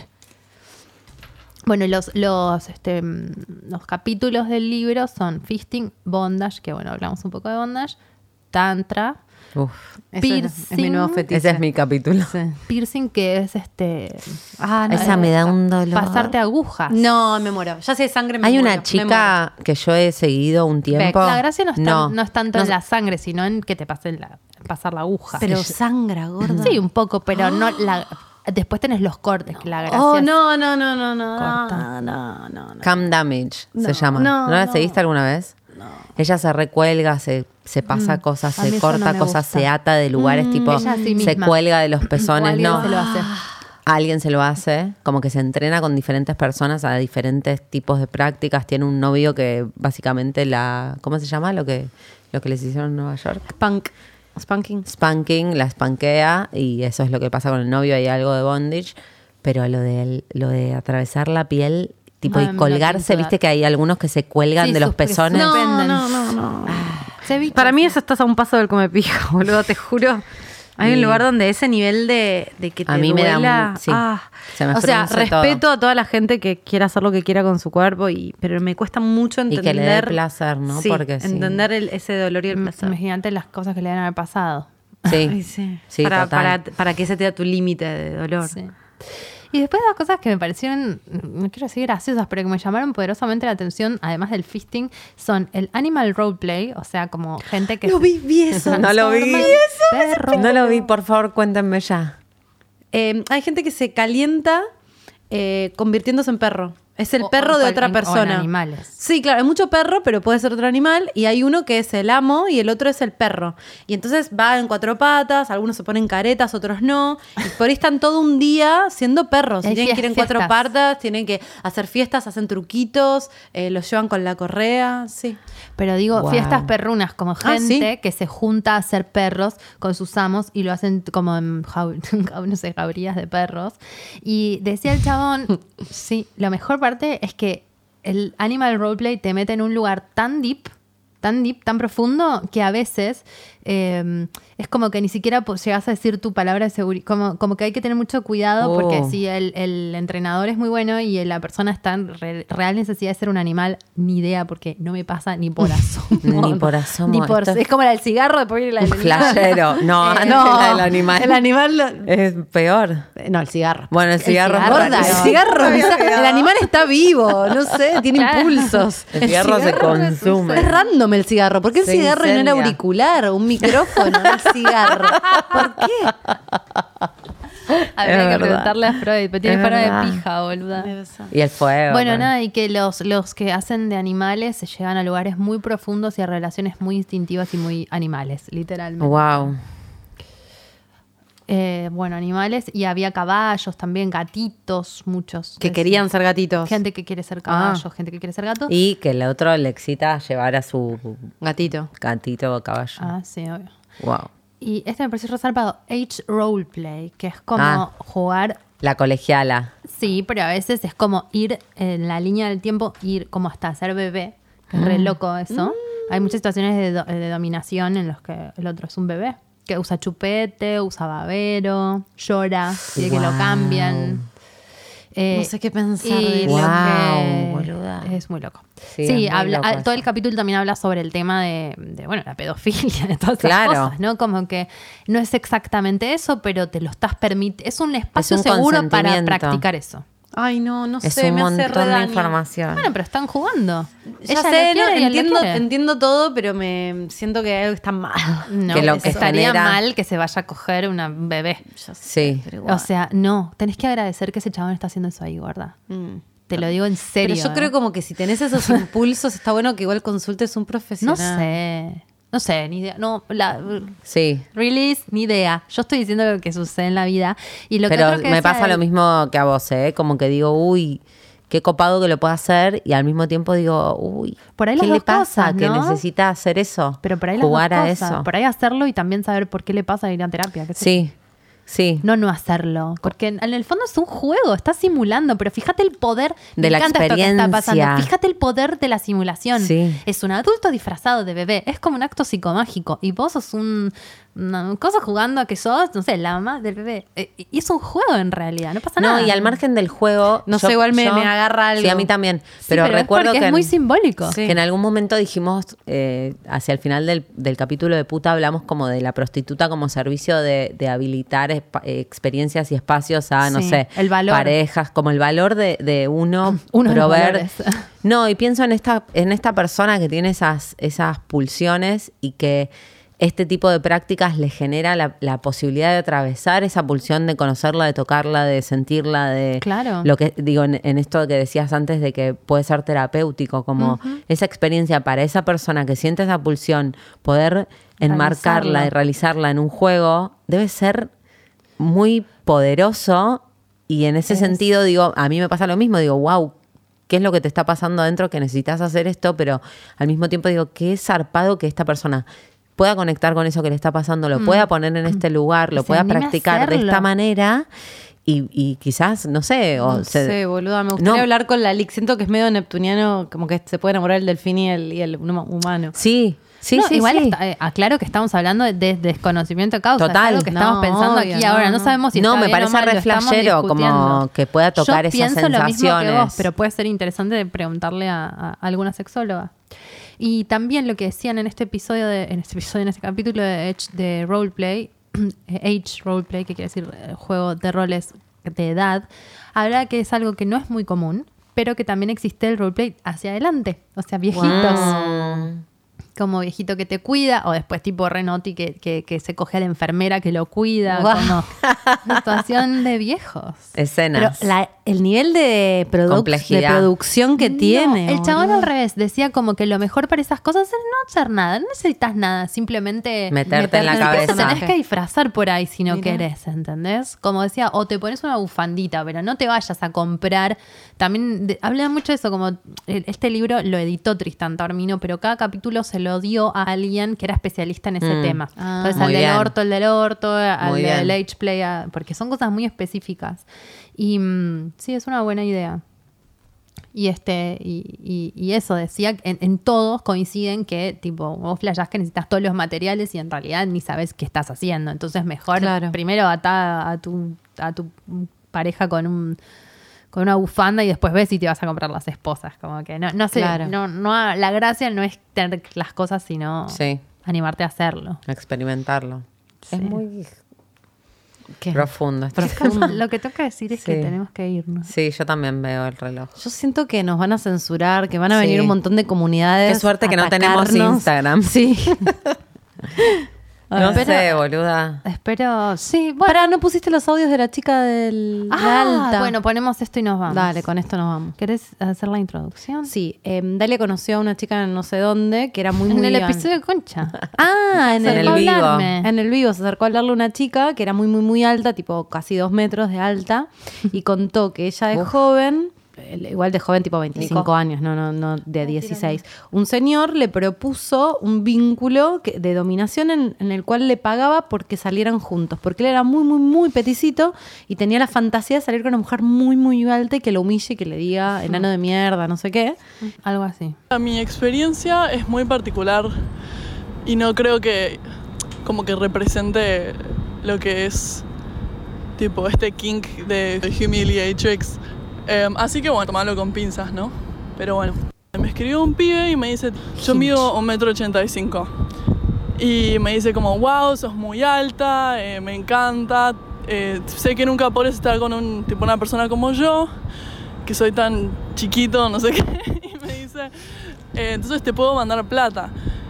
Bueno, los, los, este, mm, los capítulos del libro son Fisting, Bondage, que bueno, hablamos un poco de Bondage, Tantra, Uf. Eso es, es mi nuevo Piercing. fetiche. Ese es mi capítulo. Sí. Piercing, que es este... Ah, no, Esa me da un dolor. Pasarte agujas. No, me muero. Ya sé sangre, me Hay muero, una me chica que yo he seguido un tiempo. La gracia no, está- No, no es tanto no en la sangre, sino en que te pasen la, pasar la aguja. muero. Pero sangra, gorda. Sí, un poco, pero no la... Después tenés los cortes, que la gracia Oh, es- no, no, no, no, no. Corta. No, no, no. Cam Damage No, se llama. no, ¿No, la no. seguiste alguna vez? Ella se recuelga, se, se pasa cosas, a mí se eso no corta me cosas, gusta. se ata de lugares, tipo, ella a sí se misma. cuelga de los O pezones, alguien no. se lo hace. Alguien se lo hace, como que se entrena con diferentes personas a diferentes tipos de prácticas. Tiene un novio que básicamente la, ¿cómo se llama? Lo que, lo que les hicieron en Nueva York. Spunk. Spanking. Spanking, la spankea y eso es lo que pasa con el novio, hay algo de bondage, pero lo de, lo de atravesar la piel, tipo, No, y no colgarse, pienso viste dar. que hay algunos que se cuelgan Sí, de los sus- pezones. no, No, no, no, no. Ceviche. Para mí eso estás a un paso del come pija, boludo, te juro. Hay Y- un lugar donde ese nivel de, de que te A mí me da duela, mu- sí, ah. se me o sea, frunce respeto todo. a toda la gente que quiera hacer lo que quiera con su cuerpo, y pero me cuesta mucho Y entender... que le dé placer, ¿no? Sí, Porque sí. entender el- ese dolor y el placer. Imagínate las cosas que le deben haber pasado. Sí, Ay, sí. sí, para, total. para, para que ese sea tu límite de dolor. Sí. Y después dos cosas que me parecieron, no quiero decir graciosas, pero que me llamaron poderosamente la atención, además del fisting, son el animal roleplay, o sea, como gente que... Lo se- vi, vi eso. No lo vi. transforma en Eso, perro. No lo vi, por favor, cuéntenme ya. Eh, hay gente que se calienta eh, convirtiéndose en perro. Es el O- perro o de cual- otra en- o en persona. animales. Sí, claro, hay mucho perro, pero puede ser otro animal. Y hay uno que es el amo y el otro es el perro. Y entonces va en cuatro patas, algunos se ponen caretas, otros no. Y por ahí están todo un día siendo perros. Y hay Y tienen que ir en cuatro fiestas. patas, tienen que hacer fiestas, hacen truquitos, eh, los llevan con la correa. Sí. Pero digo, Wow. fiestas perrunas, como Ah, gente ¿sí? que se junta a ser perros con sus amos y lo hacen como en, jau- no sé, jaurías de perros. Y decía el chabón, sí, la mejor parte es que el animal roleplay te mete en un lugar tan deep, tan deep, tan profundo, que a veces eh, es como que ni siquiera po- llegas a decir tu palabra de seguridad. Como, como que hay que tener mucho cuidado Oh. porque si el, el entrenador es muy bueno y la persona está en re- real necesidad de ser un animal, ni idea, porque no me pasa ni por asomo. Ni por asomo, Ni por- esto es- es como la del cigarro, después viene la Un del animal. flashero. No, Eh, antes no, la del animal. el animal lo- Es peor. No, el cigarro. Bueno, el cigarro, cigarro, es Gorda, el rarísimo. cigarro, el animal está vivo, no sé, tiene Claro. impulsos. El cigarro se consume. Es random el cigarro. ¿Por qué el Se cigarro y no el incendia. auricular o un micrófono? El cigarro. ¿Por qué? Habría Es que verdad. preguntarle a Freud, pero tiene Es cara verdad. de pija, boluda. Y el fuego. Bueno, pues. nada, y que los, los que hacen de animales se llegan a lugares muy profundos y a relaciones muy instintivas y muy animales, literalmente. Wow. Eh, bueno, animales, y había caballos también, gatitos, muchos. Que Es- querían ser gatitos. Gente que quiere ser caballo, gente que quiere ser gato. Y que el otro le excita llevar a su Gatito. gatito o caballo. Ah, sí, obvio. Wow. Y este me pareció resaltado, Age Roleplay, que es como Ah. jugar. La colegiala. Sí, pero a veces es como ir en la línea del tiempo, ir como hasta ser bebé, que es re Mm. loco eso. Hay muchas situaciones de, do- de dominación en los que el otro es un bebé, que usa chupete, usa babero, llora, quiere que lo Wow. cambian. Eh, No sé qué pensar y de lo eso. Wow, que- boluda. es muy loco. Sí, Sí, es muy habla- loco a- eso. todo el capítulo también habla sobre el tema de, de, bueno, la pedofilia, de todas esas Claro. cosas, ¿no? Como que no es exactamente eso, pero te lo estás permitiendo. Es un espacio un seguro para consentimiento. practicar eso. Ay, no, no Es sé, un me hace re montón de daño. información. Bueno, pero están jugando. Ya Ella sé, lo quiere no, y él lo entiendo, quiere. entiendo todo, pero me siento que hay algo que está mal. No, que lo que estaría genera- mal que se vaya a coger una bebé. Ya sé, Sí. pero igual. O sea, no, tenés que agradecer que ese chabón está haciendo eso ahí, gorda. Mm. Te lo digo en serio. Pero yo ¿eh? creo como que si tenés esos impulsos, está bueno que igual consultes un No profesional. sé. No sé, ni idea. No, la, Sí. release, ni idea. Yo estoy diciendo lo que sucede en la vida. Y lo que Pero otro que me decía pasa él- lo mismo que a vos, ¿eh? Como que digo, uy, qué copado que lo pueda hacer. Y al mismo tiempo digo, uy, Por ahí ¿qué las le dos pasa? cosas, Que ¿no? necesita hacer eso. Pero por ahí las jugar dos a cosas. eso. Por ahí hacerlo y también saber por qué le pasa ir a terapia. qué sé yo. Sí, sí. No, no hacerlo. Porque en, en el fondo es un juego, estás simulando, pero fíjate el poder De me la encanta esto que está pasando. experiencia. Fíjate el poder de la simulación. Sí. Es un adulto disfrazado de bebé. Es como un acto psicomágico. Y vos sos un, una cosa jugando a que sos, no sé, la mamá del bebé. Eh, Y es un juego en realidad, no pasa No, nada. y al margen del juego. No sé, igual me- me agarra algo. Sí, a mí también. Sí, Pero, pero es recuerdo porque que. es en- muy simbólico. Sí. Que en algún momento dijimos, eh, hacia el final del, del capítulo de Puta, hablamos como de la prostituta como servicio de, de habilitar espa- eh, experiencias y espacios a, no Sí, sé, el valor. parejas, como el valor de, de uno, Uno de los proveer. valores. No, y pienso en esta, en esta persona que tiene esas, esas pulsiones y que este tipo de prácticas le genera la, la posibilidad de atravesar esa pulsión, de conocerla, de tocarla, de sentirla, de Claro. lo que digo en, en esto que decías antes de que puede ser terapéutico, como esa experiencia para esa persona que siente esa pulsión, poder enmarcarla Realizarlo. y realizarla en un juego, debe ser muy poderoso. Y en ese Es. sentido, digo, a mí me pasa lo mismo, digo, wow, ¿qué es lo que te está pasando adentro que necesitas hacer esto? Pero al mismo tiempo digo, qué zarpado que esta persona pueda conectar con eso que le está pasando, lo pueda poner en este lugar, lo Se pueda anime a practicar de hacerlo. esta manera y, y quizás, no sé, o No se- sé, boluda. Me gustaría No. hablar con la Lick. Siento que es medio neptuniano, como que se puede enamorar el delfín y el, y el huma- humano. Sí, sí, No, sí. igual sí. está- eh, aclaro que estamos hablando de, de desconocimiento de causa. Total. Es algo que estamos No, pensando obvio, aquí no, ahora. No no. sabemos si No, está me bien o parece mal, lo re estamos flashero, discutiendo. como que pueda tocar Yo esas pienso lo mismo que sensaciones. vos, pero puede ser interesante de preguntarle a, a alguna sexóloga. Y también lo que decían en este episodio, de, en este episodio, en este capítulo de, Edge- de Roleplay, Age Roleplay, que quiere decir eh, juego de roles de edad, habla que es algo que no es muy común, pero que también existe el roleplay hacia adelante, o sea, viejitos. Mm. Como viejito que te cuida, o después tipo Renoti que, que, que se coge a la enfermera que lo cuida, Guau. como situación de viejos. Escenas. Pero la- el nivel de, produ- de Complejidad. producción que No, tiene. el chabón boludo. al revés decía como que lo mejor para esas cosas es no hacer nada, no necesitas nada, simplemente Meterte en la Te cabeza. tenés que disfrazar por ahí si no Mirá. querés, ¿entendés? Como decía, o te pones una bufandita, pero no te vayas a comprar. También de- habla mucho de eso, como el- este libro lo editó Tristán Taormino, pero cada capítulo se lo dio a alguien que era especialista en ese Mm. tema. Ah. Entonces Muy al del bien. orto, el del orto, al Muy del bien. age play, a- porque son cosas muy específicas. Y mm, sí, es una buena idea. Y este, y, y- y eso decía, en, en todos coinciden que tipo, vos flashás que necesitas todos los materiales y en realidad ni sabes qué estás haciendo. Entonces mejor Claro. primero atá a tu, a tu pareja con un con una bufanda y después ves si te vas a comprar las esposas. Como que no, no sé, Claro. no, no, la gracia no es tener las cosas, sino Sí, animarte a hacerlo. experimentarlo. Sí. Es muy ¿Qué? profundo. esto. Lo que toca decir es que Sí. tenemos que irnos. Sí, yo también veo el reloj. Yo siento que nos van a censurar, que van a Sí. venir un montón de comunidades. Qué suerte que no a tenemos atacarnos. Instagram. Sí. No Pero- sé, boluda. Espero, sí, bueno. Pará, ¿no pusiste los audios de la chica del de Ah, Alta? bueno, ponemos esto y nos vamos. Dale, con esto nos vamos. ¿Querés hacer la introducción? Sí, eh, Dalia conoció a una chica en no sé dónde que era muy, En muy... el an- episodio de Concha. Ah, en En el, el vivo. hablarme. En el vivo se acercó a hablarle a una chica que era muy, muy, muy alta, tipo casi dos metros de alta, y contó que ella de joven, eh, igual de joven, tipo veinticinco Nico. años, no, no, no de dieciséis, un señor le propuso un vínculo que- de dominación en, en el cual le pagaba porque salieran juntos, porque él era muy, muy, muy peticito y tenía la fantasía de salir con una mujer muy, muy alta y que lo humille y que le diga enano de mierda, no sé qué. Algo así. Mi experiencia es muy particular y no creo que como que represente lo que es tipo este kink de humiliatrix. Eh, así que bueno, tomarlo con pinzas, ¿no? Pero bueno. Me escribió un pibe y me dice, yo mido un metro ochenta y cinco. Y me dice como, wow, sos muy alta, eh, me encanta. eh, sé que nunca podés estar con un, tipo, una persona como yo, que soy tan chiquito, no sé qué. Y me dice, eh, entonces te puedo mandar plata.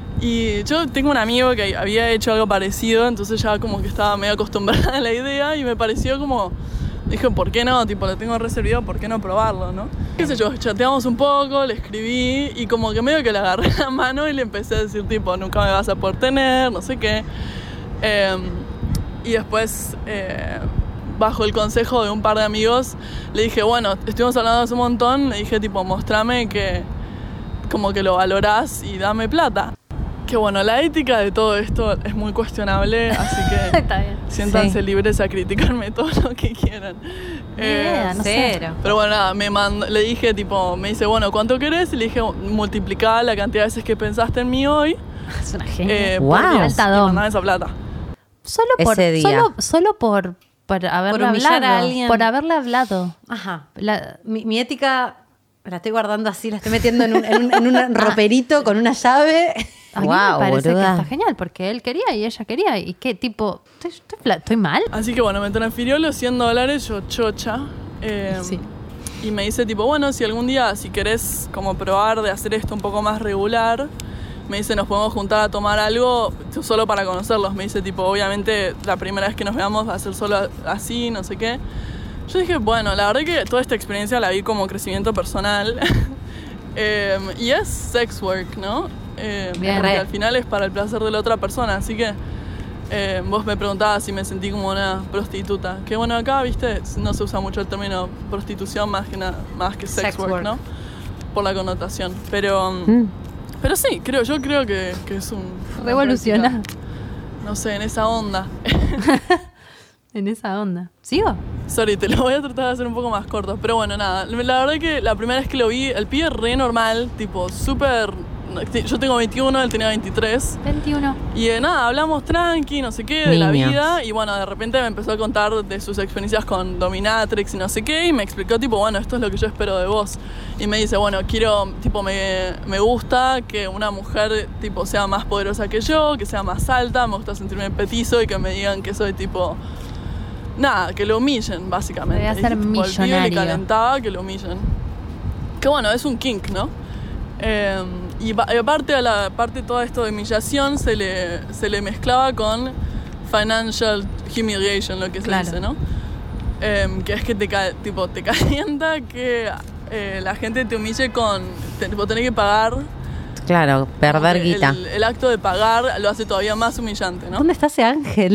Y yo tengo un amigo que había hecho algo parecido, entonces ya como que estaba medio acostumbrada a la idea y me pareció como... Dije, ¿por qué no? Tipo, lo tengo reservado, ¿por qué no probarlo, no? Qué sé yo, chateamos un poco, le escribí y como que medio que le agarré la mano y le empecé a decir, tipo, nunca me vas a poder tener, no sé qué. Eh, y después, eh, bajo el consejo de un par de amigos, le dije, bueno, estuvimos hablando hace un montón, le dije, tipo, mostrame que como que lo valorás y dame plata. Que bueno, la ética de todo esto es muy cuestionable, así que Está bien. Sí. siéntanse libres a criticarme todo lo que quieran. idea, no sé. Cero. Pero bueno, nada, me mandó, le dije, tipo, me dice, bueno, ¿cuánto querés? Y le dije, multiplicá la cantidad de veces que pensaste en mí hoy. Es una genia. Eh, Wow. por diez, Alta y dom. mandame esa plata. Solo por, Ese día. Solo, solo por, por haberle humillar hablado. a alguien. Por haberle hablado. Ajá. La- Mi, mi ética la estoy guardando así, la estoy metiendo en un, en un, en un roperito con una llave. a mí Guau, me parece boluda. que está genial, porque él quería y ella quería. ¿Y qué tipo? ¿Estoy, estoy, fla- estoy mal? Así que bueno, me transfirió los cien dólares, yo chocha. eh, Sí. Y me dice, tipo, bueno, si algún día, si querés como probar de hacer esto un poco más regular, me dice, nos podemos juntar a tomar algo solo para conocerlos. Me dice, tipo, obviamente la primera vez que nos veamos va a ser solo así, no sé qué. Yo dije, bueno, la verdad que toda esta experiencia la vi como crecimiento personal. Eh, y es sex work, ¿no? Eh, Bien, porque re. al final es para el placer de la otra persona. Así que eh, vos me preguntabas si me sentí como una prostituta. Que bueno, acá, viste, no se usa mucho el término prostitución más que, nada, más que sex, Sex work, work. ¿no? Por la connotación. Pero, um, Mm. pero sí, creo, yo creo que, que es un... una Revoluciona. práctica, no sé, en esa onda. En esa onda. ¿Sigo? Sorry, te lo voy a tratar de hacer un poco más corto. Pero bueno, nada. La verdad que la primera vez que lo vi, el pibe re normal, tipo súper... Yo tengo veintiuno, él tenía veintitrés. veintiuno. Y eh, nada, hablamos tranqui, no sé qué, de la Niños. vida. Y bueno, de repente me empezó a contar de sus experiencias con Dominatrix y no sé qué. Y me explicó, tipo, bueno, esto es lo que yo espero de vos. Y me dice, bueno, quiero, tipo, me, me gusta que una mujer, tipo, sea más poderosa que yo, que sea más alta. Me gusta sentirme petizo y que me digan que soy, tipo... Nada, que lo humillen, básicamente. Voy a ser Y, tipo, al pibe millonario. le calentaba que lo humillen. Que bueno, es un kink, ¿no? Eh, y, ba- y aparte a la parte de todo esto de humillación se le, se le mezclaba con financial humiliation, lo que se Claro. dice, ¿no? Eh, que es que te, ca- tipo, te calienta que eh, la gente te humille con... Te, tipo, tenés que pagar... Claro, perder el, guita. el, el acto de pagar lo hace todavía más humillante, ¿no? ¿Dónde está ese ángel?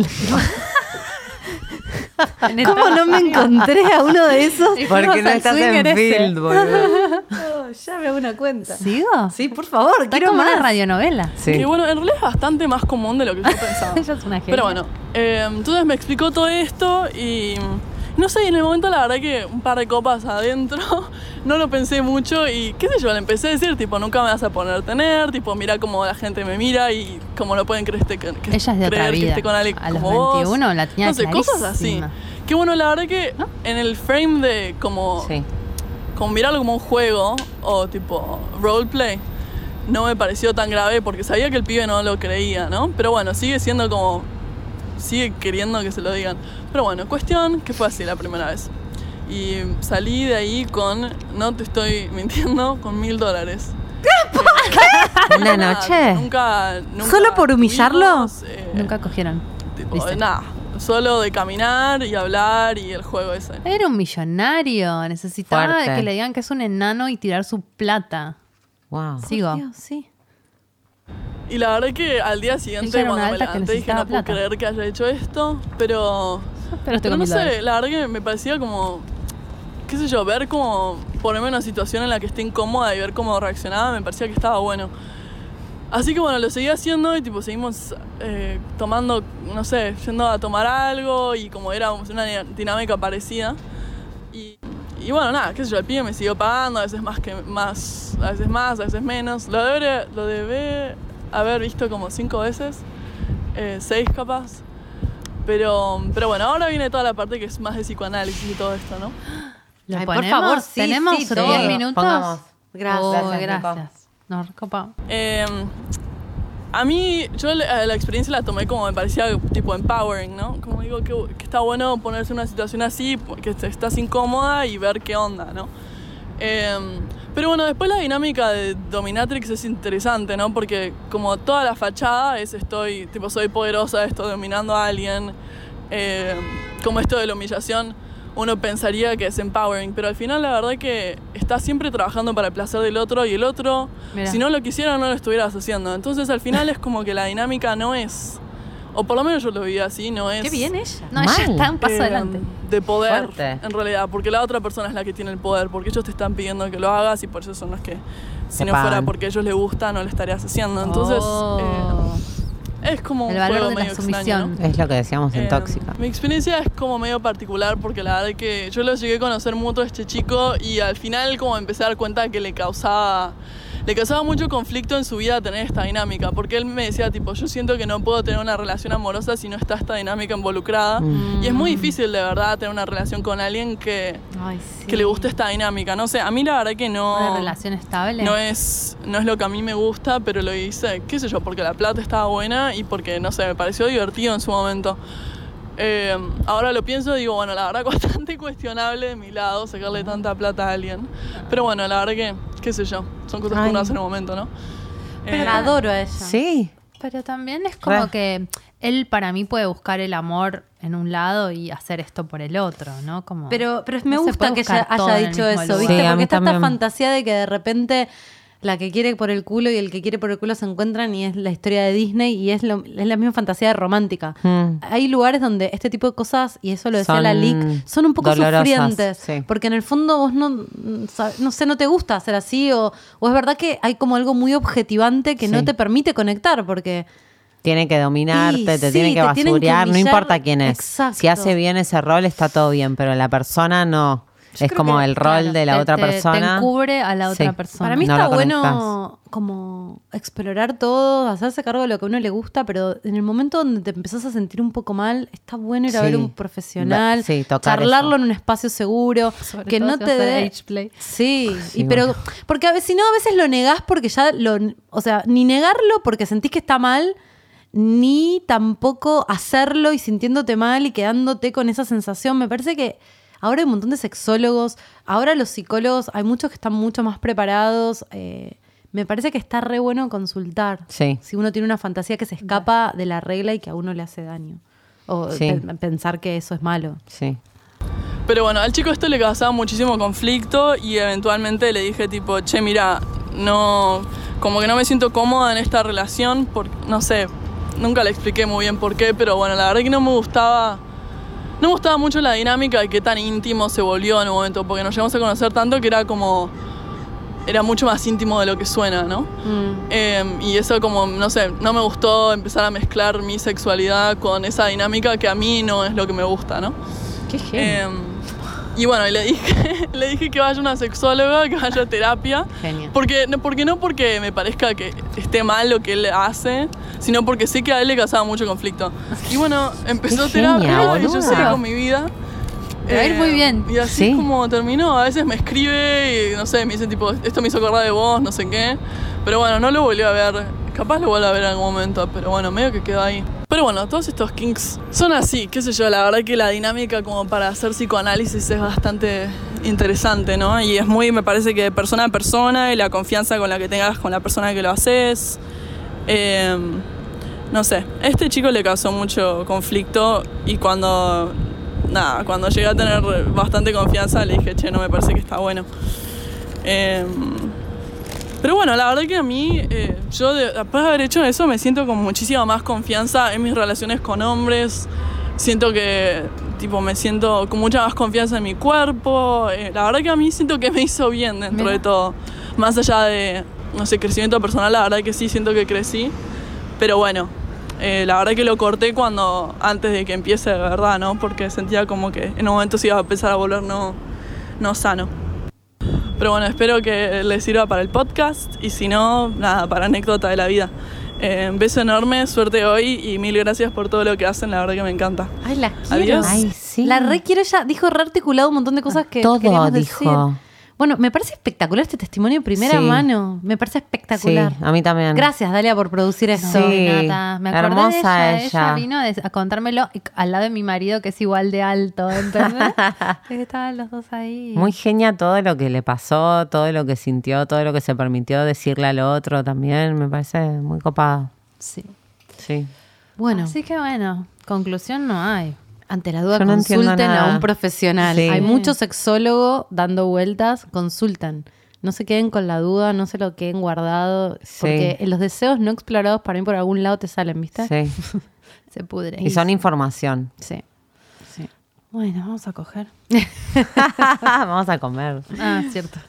¿Cómo no me encontré a uno de esos? Porque no al estás swinger en ese. field, boludo. Oh, ya me hago una cuenta. ¿Sigo? Sí, por favor, Está quiero como más. una radionovela. Sí. Que bueno, en realidad es bastante más común de lo que yo pensaba. Ella es una genia. Pero bueno, eh, entonces me explicó todo esto y no sé, en el momento la verdad que un par de copas adentro, no lo pensé mucho y qué sé yo, le empecé a decir, tipo, nunca me vas a poner a tener, tipo, mira cómo la gente me mira y cómo no pueden creer, este, que, Ella es de otra creer que vida. esté con alguien A los como vos. veintiuno la tenía No sé, cosas así. clarísima. Que bueno, la verdad que en el frame de como, Sí. como mirarlo como un juego o tipo roleplay, no me pareció tan grave porque sabía que el pibe no lo creía, ¿no? Pero bueno, sigue siendo como... Sigue queriendo que se lo digan. Pero bueno, cuestión que fue así la primera vez. Y salí de ahí con, no te estoy mintiendo, con mil dólares. ¿Una Nada, noche? Nunca, nunca ¿Solo por humillarlo? tuvimos, eh, Nunca cogieron. Tipo, ¿Viste? nada, solo de caminar y hablar y el juego ese. Era un millonario. Necesitaba Fuerte. que le digan que es un enano y tirar su plata. Wow. Sigo. Dios, sí. Y la verdad que al día siguiente, Ella era cuando una me alta que levanté, dije, necesitaba no puedo plata. creer que haya hecho esto, pero... Pero estoy Pero con no mil sé, dólares. la verdad que me parecía como, qué sé yo, ver como, ponerme en una situación en la que esté incómoda y ver cómo reaccionaba, me parecía que estaba bueno. Así que bueno, lo seguí haciendo y tipo seguimos eh, tomando, no sé, yendo a tomar algo y como era una dinámica parecida. Y, y bueno, nada, qué sé yo, el pibe me siguió pagando, a veces más, que más, a veces más, a veces menos. Lo debe, lo debe haber visto como cinco veces, eh, seis capaz. Pero, pero bueno, ahora viene toda la parte que es más de psicoanálisis y todo esto, ¿no? ¿Lo Ay, por ponemos? favor, sí, ¿Tenemos sí, diez todo. minutos? Pongamos. Gracias. Oh, Gracias, gracias. No, recopado. Eh, a mí, yo la, la experiencia la tomé como me parecía tipo empowering, ¿no? Como digo, que, que está bueno ponerse en una situación así, que estás incómoda y ver qué onda, ¿no? Eh, pero bueno, después la dinámica de dominatrix es interesante, ¿no? Porque como toda la fachada es estoy, tipo, soy poderosa, estoy dominando a alguien, eh, como esto de la humillación, uno pensaría que es empowering, pero al final la verdad que estás siempre trabajando para el placer del otro y el otro, Mirá. si no lo quisiera no lo estuvieras haciendo. Entonces al final es como que la dinámica no es, o por lo menos yo lo vi así, no es... Qué bien ella. No, Mal. ella está un paso eh, adelante. de poder, Fuerte. en realidad, porque la otra persona es la que tiene el poder, porque ellos te están pidiendo que lo hagas y por eso son los que, si Te no fuera pagan. porque a ellos les gusta, no lo estarías haciendo. Entonces, Oh. eh, es como un El valor juego de la medio extraño, sumisión. ¿no? Es lo que decíamos en Eh, Tóxica. Mi experiencia es como medio particular porque la verdad que yo lo llegué a conocer mucho a este chico y al final como empecé a dar cuenta que le causaba le causaba mucho conflicto en su vida tener esta dinámica, porque él me decía tipo, yo siento que no puedo tener una relación amorosa si no está esta dinámica involucrada Mm. y es muy difícil de verdad tener una relación con alguien que, Ay, sí. que le guste esta dinámica, no sé, a mí la verdad que no Una relación estable. no es, no es lo que a mí me gusta, pero lo hice, qué sé yo, porque la plata estaba buena y porque, no sé, me pareció divertido en su momento. Eh, ahora lo pienso y digo, bueno, la verdad bastante cuestionable de mi lado sacarle tanta plata a alguien. Pero bueno, la verdad que, qué sé yo, son cosas que Ay. uno hace en el momento, ¿no? Pero Eh, la adoro a ella. Sí. Pero también es como Re. que él para mí puede buscar el amor en un lado y hacer esto por el otro, ¿no? Como Pero, pero me no se gusta puede que ella buscar todo haya en el dicho mismo eso, lugar. ¿viste? Sí, a Porque mí está esta también. fantasía de que de repente la que quiere por el culo y el que quiere por el culo se encuentran y es la historia de Disney y es, lo- es la misma fantasía de romántica. Mm. Hay lugares donde este tipo de cosas, y eso lo decía Son la Lick, son un poco dolorosas, sufrientes. sí. Porque en el fondo vos no, no sé, no te gusta hacer así o, o es verdad que hay como algo muy objetivante que no Sí. te permite conectar porque... Tiene que dominarte, Y te sí, tiene que te tienen que basurear, no humillar. importa quién es. Exacto. Si hace bien ese rol, está todo bien, pero la persona no. Yo es creo como que, el rol Claro, de la te- otra te- persona. Te encubre a la otra Sí. persona. Para mí No está lo bueno como explorar todo, hacerse cargo de lo que a uno le gusta, pero en el momento donde te empezás a sentir un poco mal, está bueno ir a Sí. ver un profesional, Va- sí, tocar charlarlo eso. en un espacio seguro, Sobre que todo no si te vas a hacer dé... H-play. Sí, Sí, y pero bueno. porque a veces, si no, a veces lo negás porque ya lo... O sea, ni negarlo porque sentís que está mal, ni tampoco hacerlo y sintiéndote mal y quedándote con esa sensación. Me parece que ahora hay un montón de sexólogos, ahora los psicólogos, hay muchos que están mucho más preparados. eh, me parece que está re bueno consultar. Sí. Si uno tiene una fantasía que se escapa de la regla y que a uno le hace daño. O Sí. pe- pensar que eso es malo. Sí. Pero bueno, al chico esto le causaba muchísimo conflicto y eventualmente le dije tipo, che, mira, no, como que no me siento cómoda en esta relación, porque, no sé, nunca le expliqué muy bien por qué, pero bueno, la verdad que no me gustaba, no me gustaba mucho la dinámica de qué tan íntimo se volvió en un momento, porque nos llegamos a conocer tanto que era como, era mucho más íntimo de lo que suena, ¿no? Eh, y eso como, no sé, no me gustó empezar a mezclar mi sexualidad con esa dinámica que a mí no es lo que me gusta, ¿no? Qué Eh, y bueno, y le dije, le dije que vaya a una sexóloga, que vaya a terapia. Genial. Porque, no, porque no porque me parezca que esté mal lo que él hace, sino porque sé que a él le causaba mucho conflicto. Y bueno, empezó Qué terapia genia, y yo boluda. seguí con mi vida. Te va a ir muy bien. Y así Sí. es como terminó. A veces me escribe y no sé, me dice tipo, esto me hizo acordar de vos, no sé qué. Pero bueno, no lo volví a ver. Capaz lo vuelvo a ver en algún momento, pero bueno, medio que quedó ahí. Pero bueno, todos estos kinks son así, qué sé yo, la verdad que la dinámica como para hacer psicoanálisis es bastante interesante, ¿no? Y es muy, me parece que de persona a persona y la confianza con la que tengas con la persona que lo haces. Eh, no sé, este chico le causó mucho conflicto y cuando, nada, cuando llegué a tener bastante confianza le dije, che, no me parece que está bueno. Eh, pero bueno, la verdad que a mí, eh, yo de, después de haber hecho eso me siento con muchísima más confianza en mis relaciones con hombres. Siento que, tipo, me siento con mucha más confianza en mi cuerpo. Eh, la verdad que a mí siento que me hizo bien dentro Mira. de todo. Más allá de, no sé, crecimiento personal, la verdad que sí siento que crecí. Pero bueno, eh, la verdad que lo corté cuando, antes de que empiece de verdad, ¿no? Porque sentía como que en un momento se iba a empezar a volver no, no sano. Pero bueno, espero que les sirva para el podcast y si no, nada, para anécdota de la vida. Eh, un beso enorme, suerte hoy y mil gracias por todo lo que hacen, la verdad que me encanta. Ay, la quiero. Adiós. Ay, sí. La re quiero ya, dijo re articulado un montón de cosas que Todo queríamos dijo. decir. Bueno, me parece espectacular este testimonio de primera Sí. mano. Me parece espectacular. Sí, a mí también. Gracias, Dalia, por producir esto. Sí. Nada, me acordé Hermosa de ella, ella. ella vino de- a contármelo y- al lado de mi marido que es igual de alto, ¿entendés? Que estaban los dos ahí. Muy genia todo lo que le pasó, todo lo que sintió, todo lo que se permitió decirle al otro también. Me parece muy copado. Sí. Sí. Bueno, Así que bueno, conclusión no hay. ante la duda, Yo no entiendo consulten a nada. un profesional. Sí. Hay muchos sexólogos dando vueltas, consultan. No se queden con la duda, no se lo queden guardado. Sí. Porque los deseos no explorados para mí por algún lado te salen, ¿viste? Sí. Se pudre. Y son información. Sí. Sí. Bueno, vamos a coger. Vamos a comer. Ah, cierto.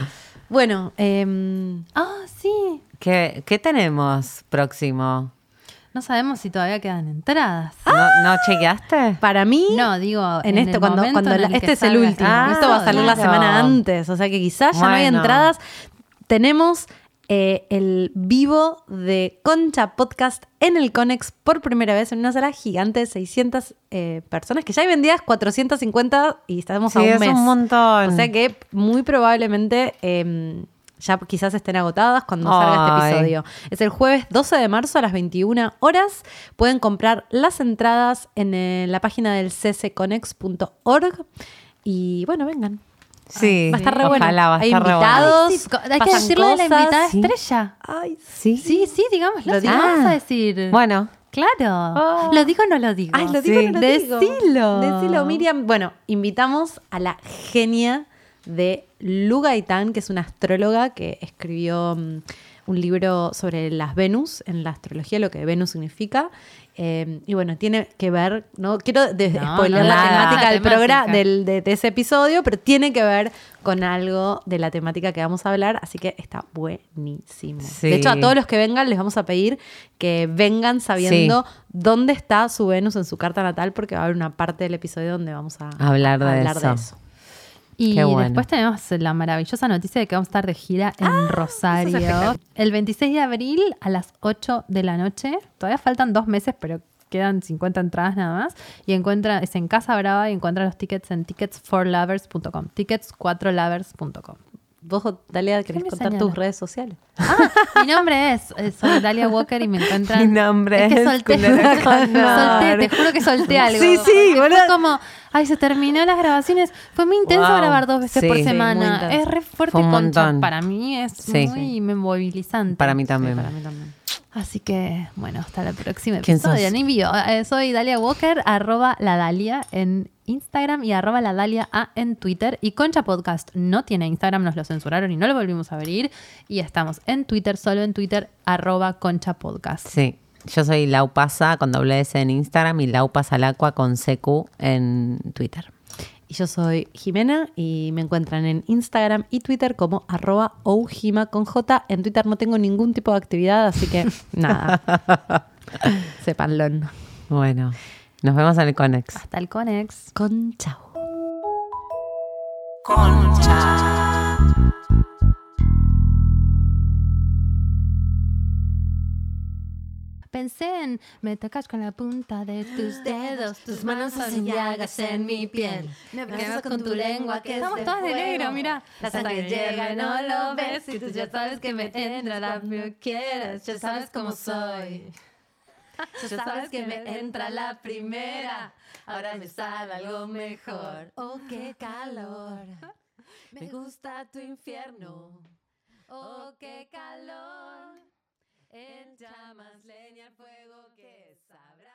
Bueno, eh, Ah, sí. ¿Qué, qué tenemos próximo? No sabemos si todavía quedan entradas. ¿No, ¿no chequeaste? para mí, No, digo, en, en esto, el cuando, momento cuando en la- el este que es el salga último. Ah, Esto va a salir la claro. semana antes. O sea que quizás ya no hay Bueno. entradas. Tenemos eh, el vivo de Concha Podcast en el Conex por primera vez en una sala gigante de seiscientas eh, personas, que ya hay vendidas cuatrocientas cincuenta y estamos Sí, a un es mes. un montón. O sea que muy probablemente eh, ya quizás estén agotadas cuando salga este Ay. episodio. Es el jueves doce de marzo a las veintiuna horas. Pueden comprar las entradas en eh, la página del c c conex punto org. Y bueno, vengan. Sí, Va a estar re bueno. ojalá, va a Hay estar re invitados. bueno. Sí, co- hay que pasan decirlo de la cosas. invitada Sí. estrella. Ay, Sí. Sí, sí, digámoslo. Lo sí, digo. vamos a decir. Bueno, Claro. ¿Lo digo o no lo digo? Ay, lo digo, Sí. no lo digo. Decilo. Decilo, Miriam. Bueno, invitamos a la genia de Lu Gaitán, que es una astróloga que escribió um, un libro sobre las Venus en la astrología, lo que Venus significa. Eh, y bueno, tiene que ver, no quiero de- No, spoiler no, la nada. temática del La temática. programa, del, de, de ese episodio, pero tiene que ver con algo de la temática que vamos a hablar, así que está buenísimo. Sí. De hecho, a todos los que vengan les vamos a pedir que vengan sabiendo dónde está su Venus en su carta natal, porque va a haber una parte del episodio donde vamos a Hablar de hablar eso. de eso. Y Qué bueno. después tenemos la maravillosa noticia de que vamos a estar de gira en eso es Rosario. espectacular. El veintiséis de abril a las ocho de la noche. Todavía faltan dos meses, pero quedan cincuenta entradas nada más. Y encuentra, es en Casa Brava y encuentra los tickets en tickets for lovers punto com. tickets cuatro lovers punto com. Vos, Dalia, ¿querés me contar señala? tus redes sociales? Mi nombre es, eh, soy Dalia Walker y me encuentran. Mi nombre que es solté, Culera Condor. solté, te juro que solté algo. Sí, sí, Porque boludo. Fue como, ay, se terminó las grabaciones. Fue muy intenso Wow. grabar dos veces Sí. por Sí, muy semana. intenso. Es re fuerte, Fue un Concha. montón. Para mí es Sí. muy movilizante. Para mí también. Para mí también. Así que, bueno, hasta la próxima ¿Quién episodio. sos? En envío. Eh, soy Dalia Walker, arroba la Dalia en Instagram y arroba la Dalia A en Twitter. Y Concha Podcast no tiene Instagram, nos lo censuraron y no lo volvimos a abrir. Y estamos en Twitter, solo en Twitter, arroba Concha Podcast. Sí. Yo soy Laupasa con doble S en Instagram y Laupasalacua con C Q en Twitter. Y yo soy Jimena y me encuentran en Instagram y Twitter como arroba oujima con J. En Twitter no tengo ningún tipo de actividad, así que nada. Sépanlo. Bueno, nos vemos en el Conex. Hasta el Conex. Con chao. Pensé en me tocas con la punta de tus dedos, tus manos son llagas en mi piel. Me besas con tu lengua que estamos todas de negro, mira. La sangre llega y no lo ves y tú ya sabes que me entra la que quieras, ya sabes cómo soy. Ya sabes que me entra la primera, ahora me sale algo mejor. Oh, qué calor, me gusta tu infierno. Oh, qué calor. En llamas, leña al fuego que sabrá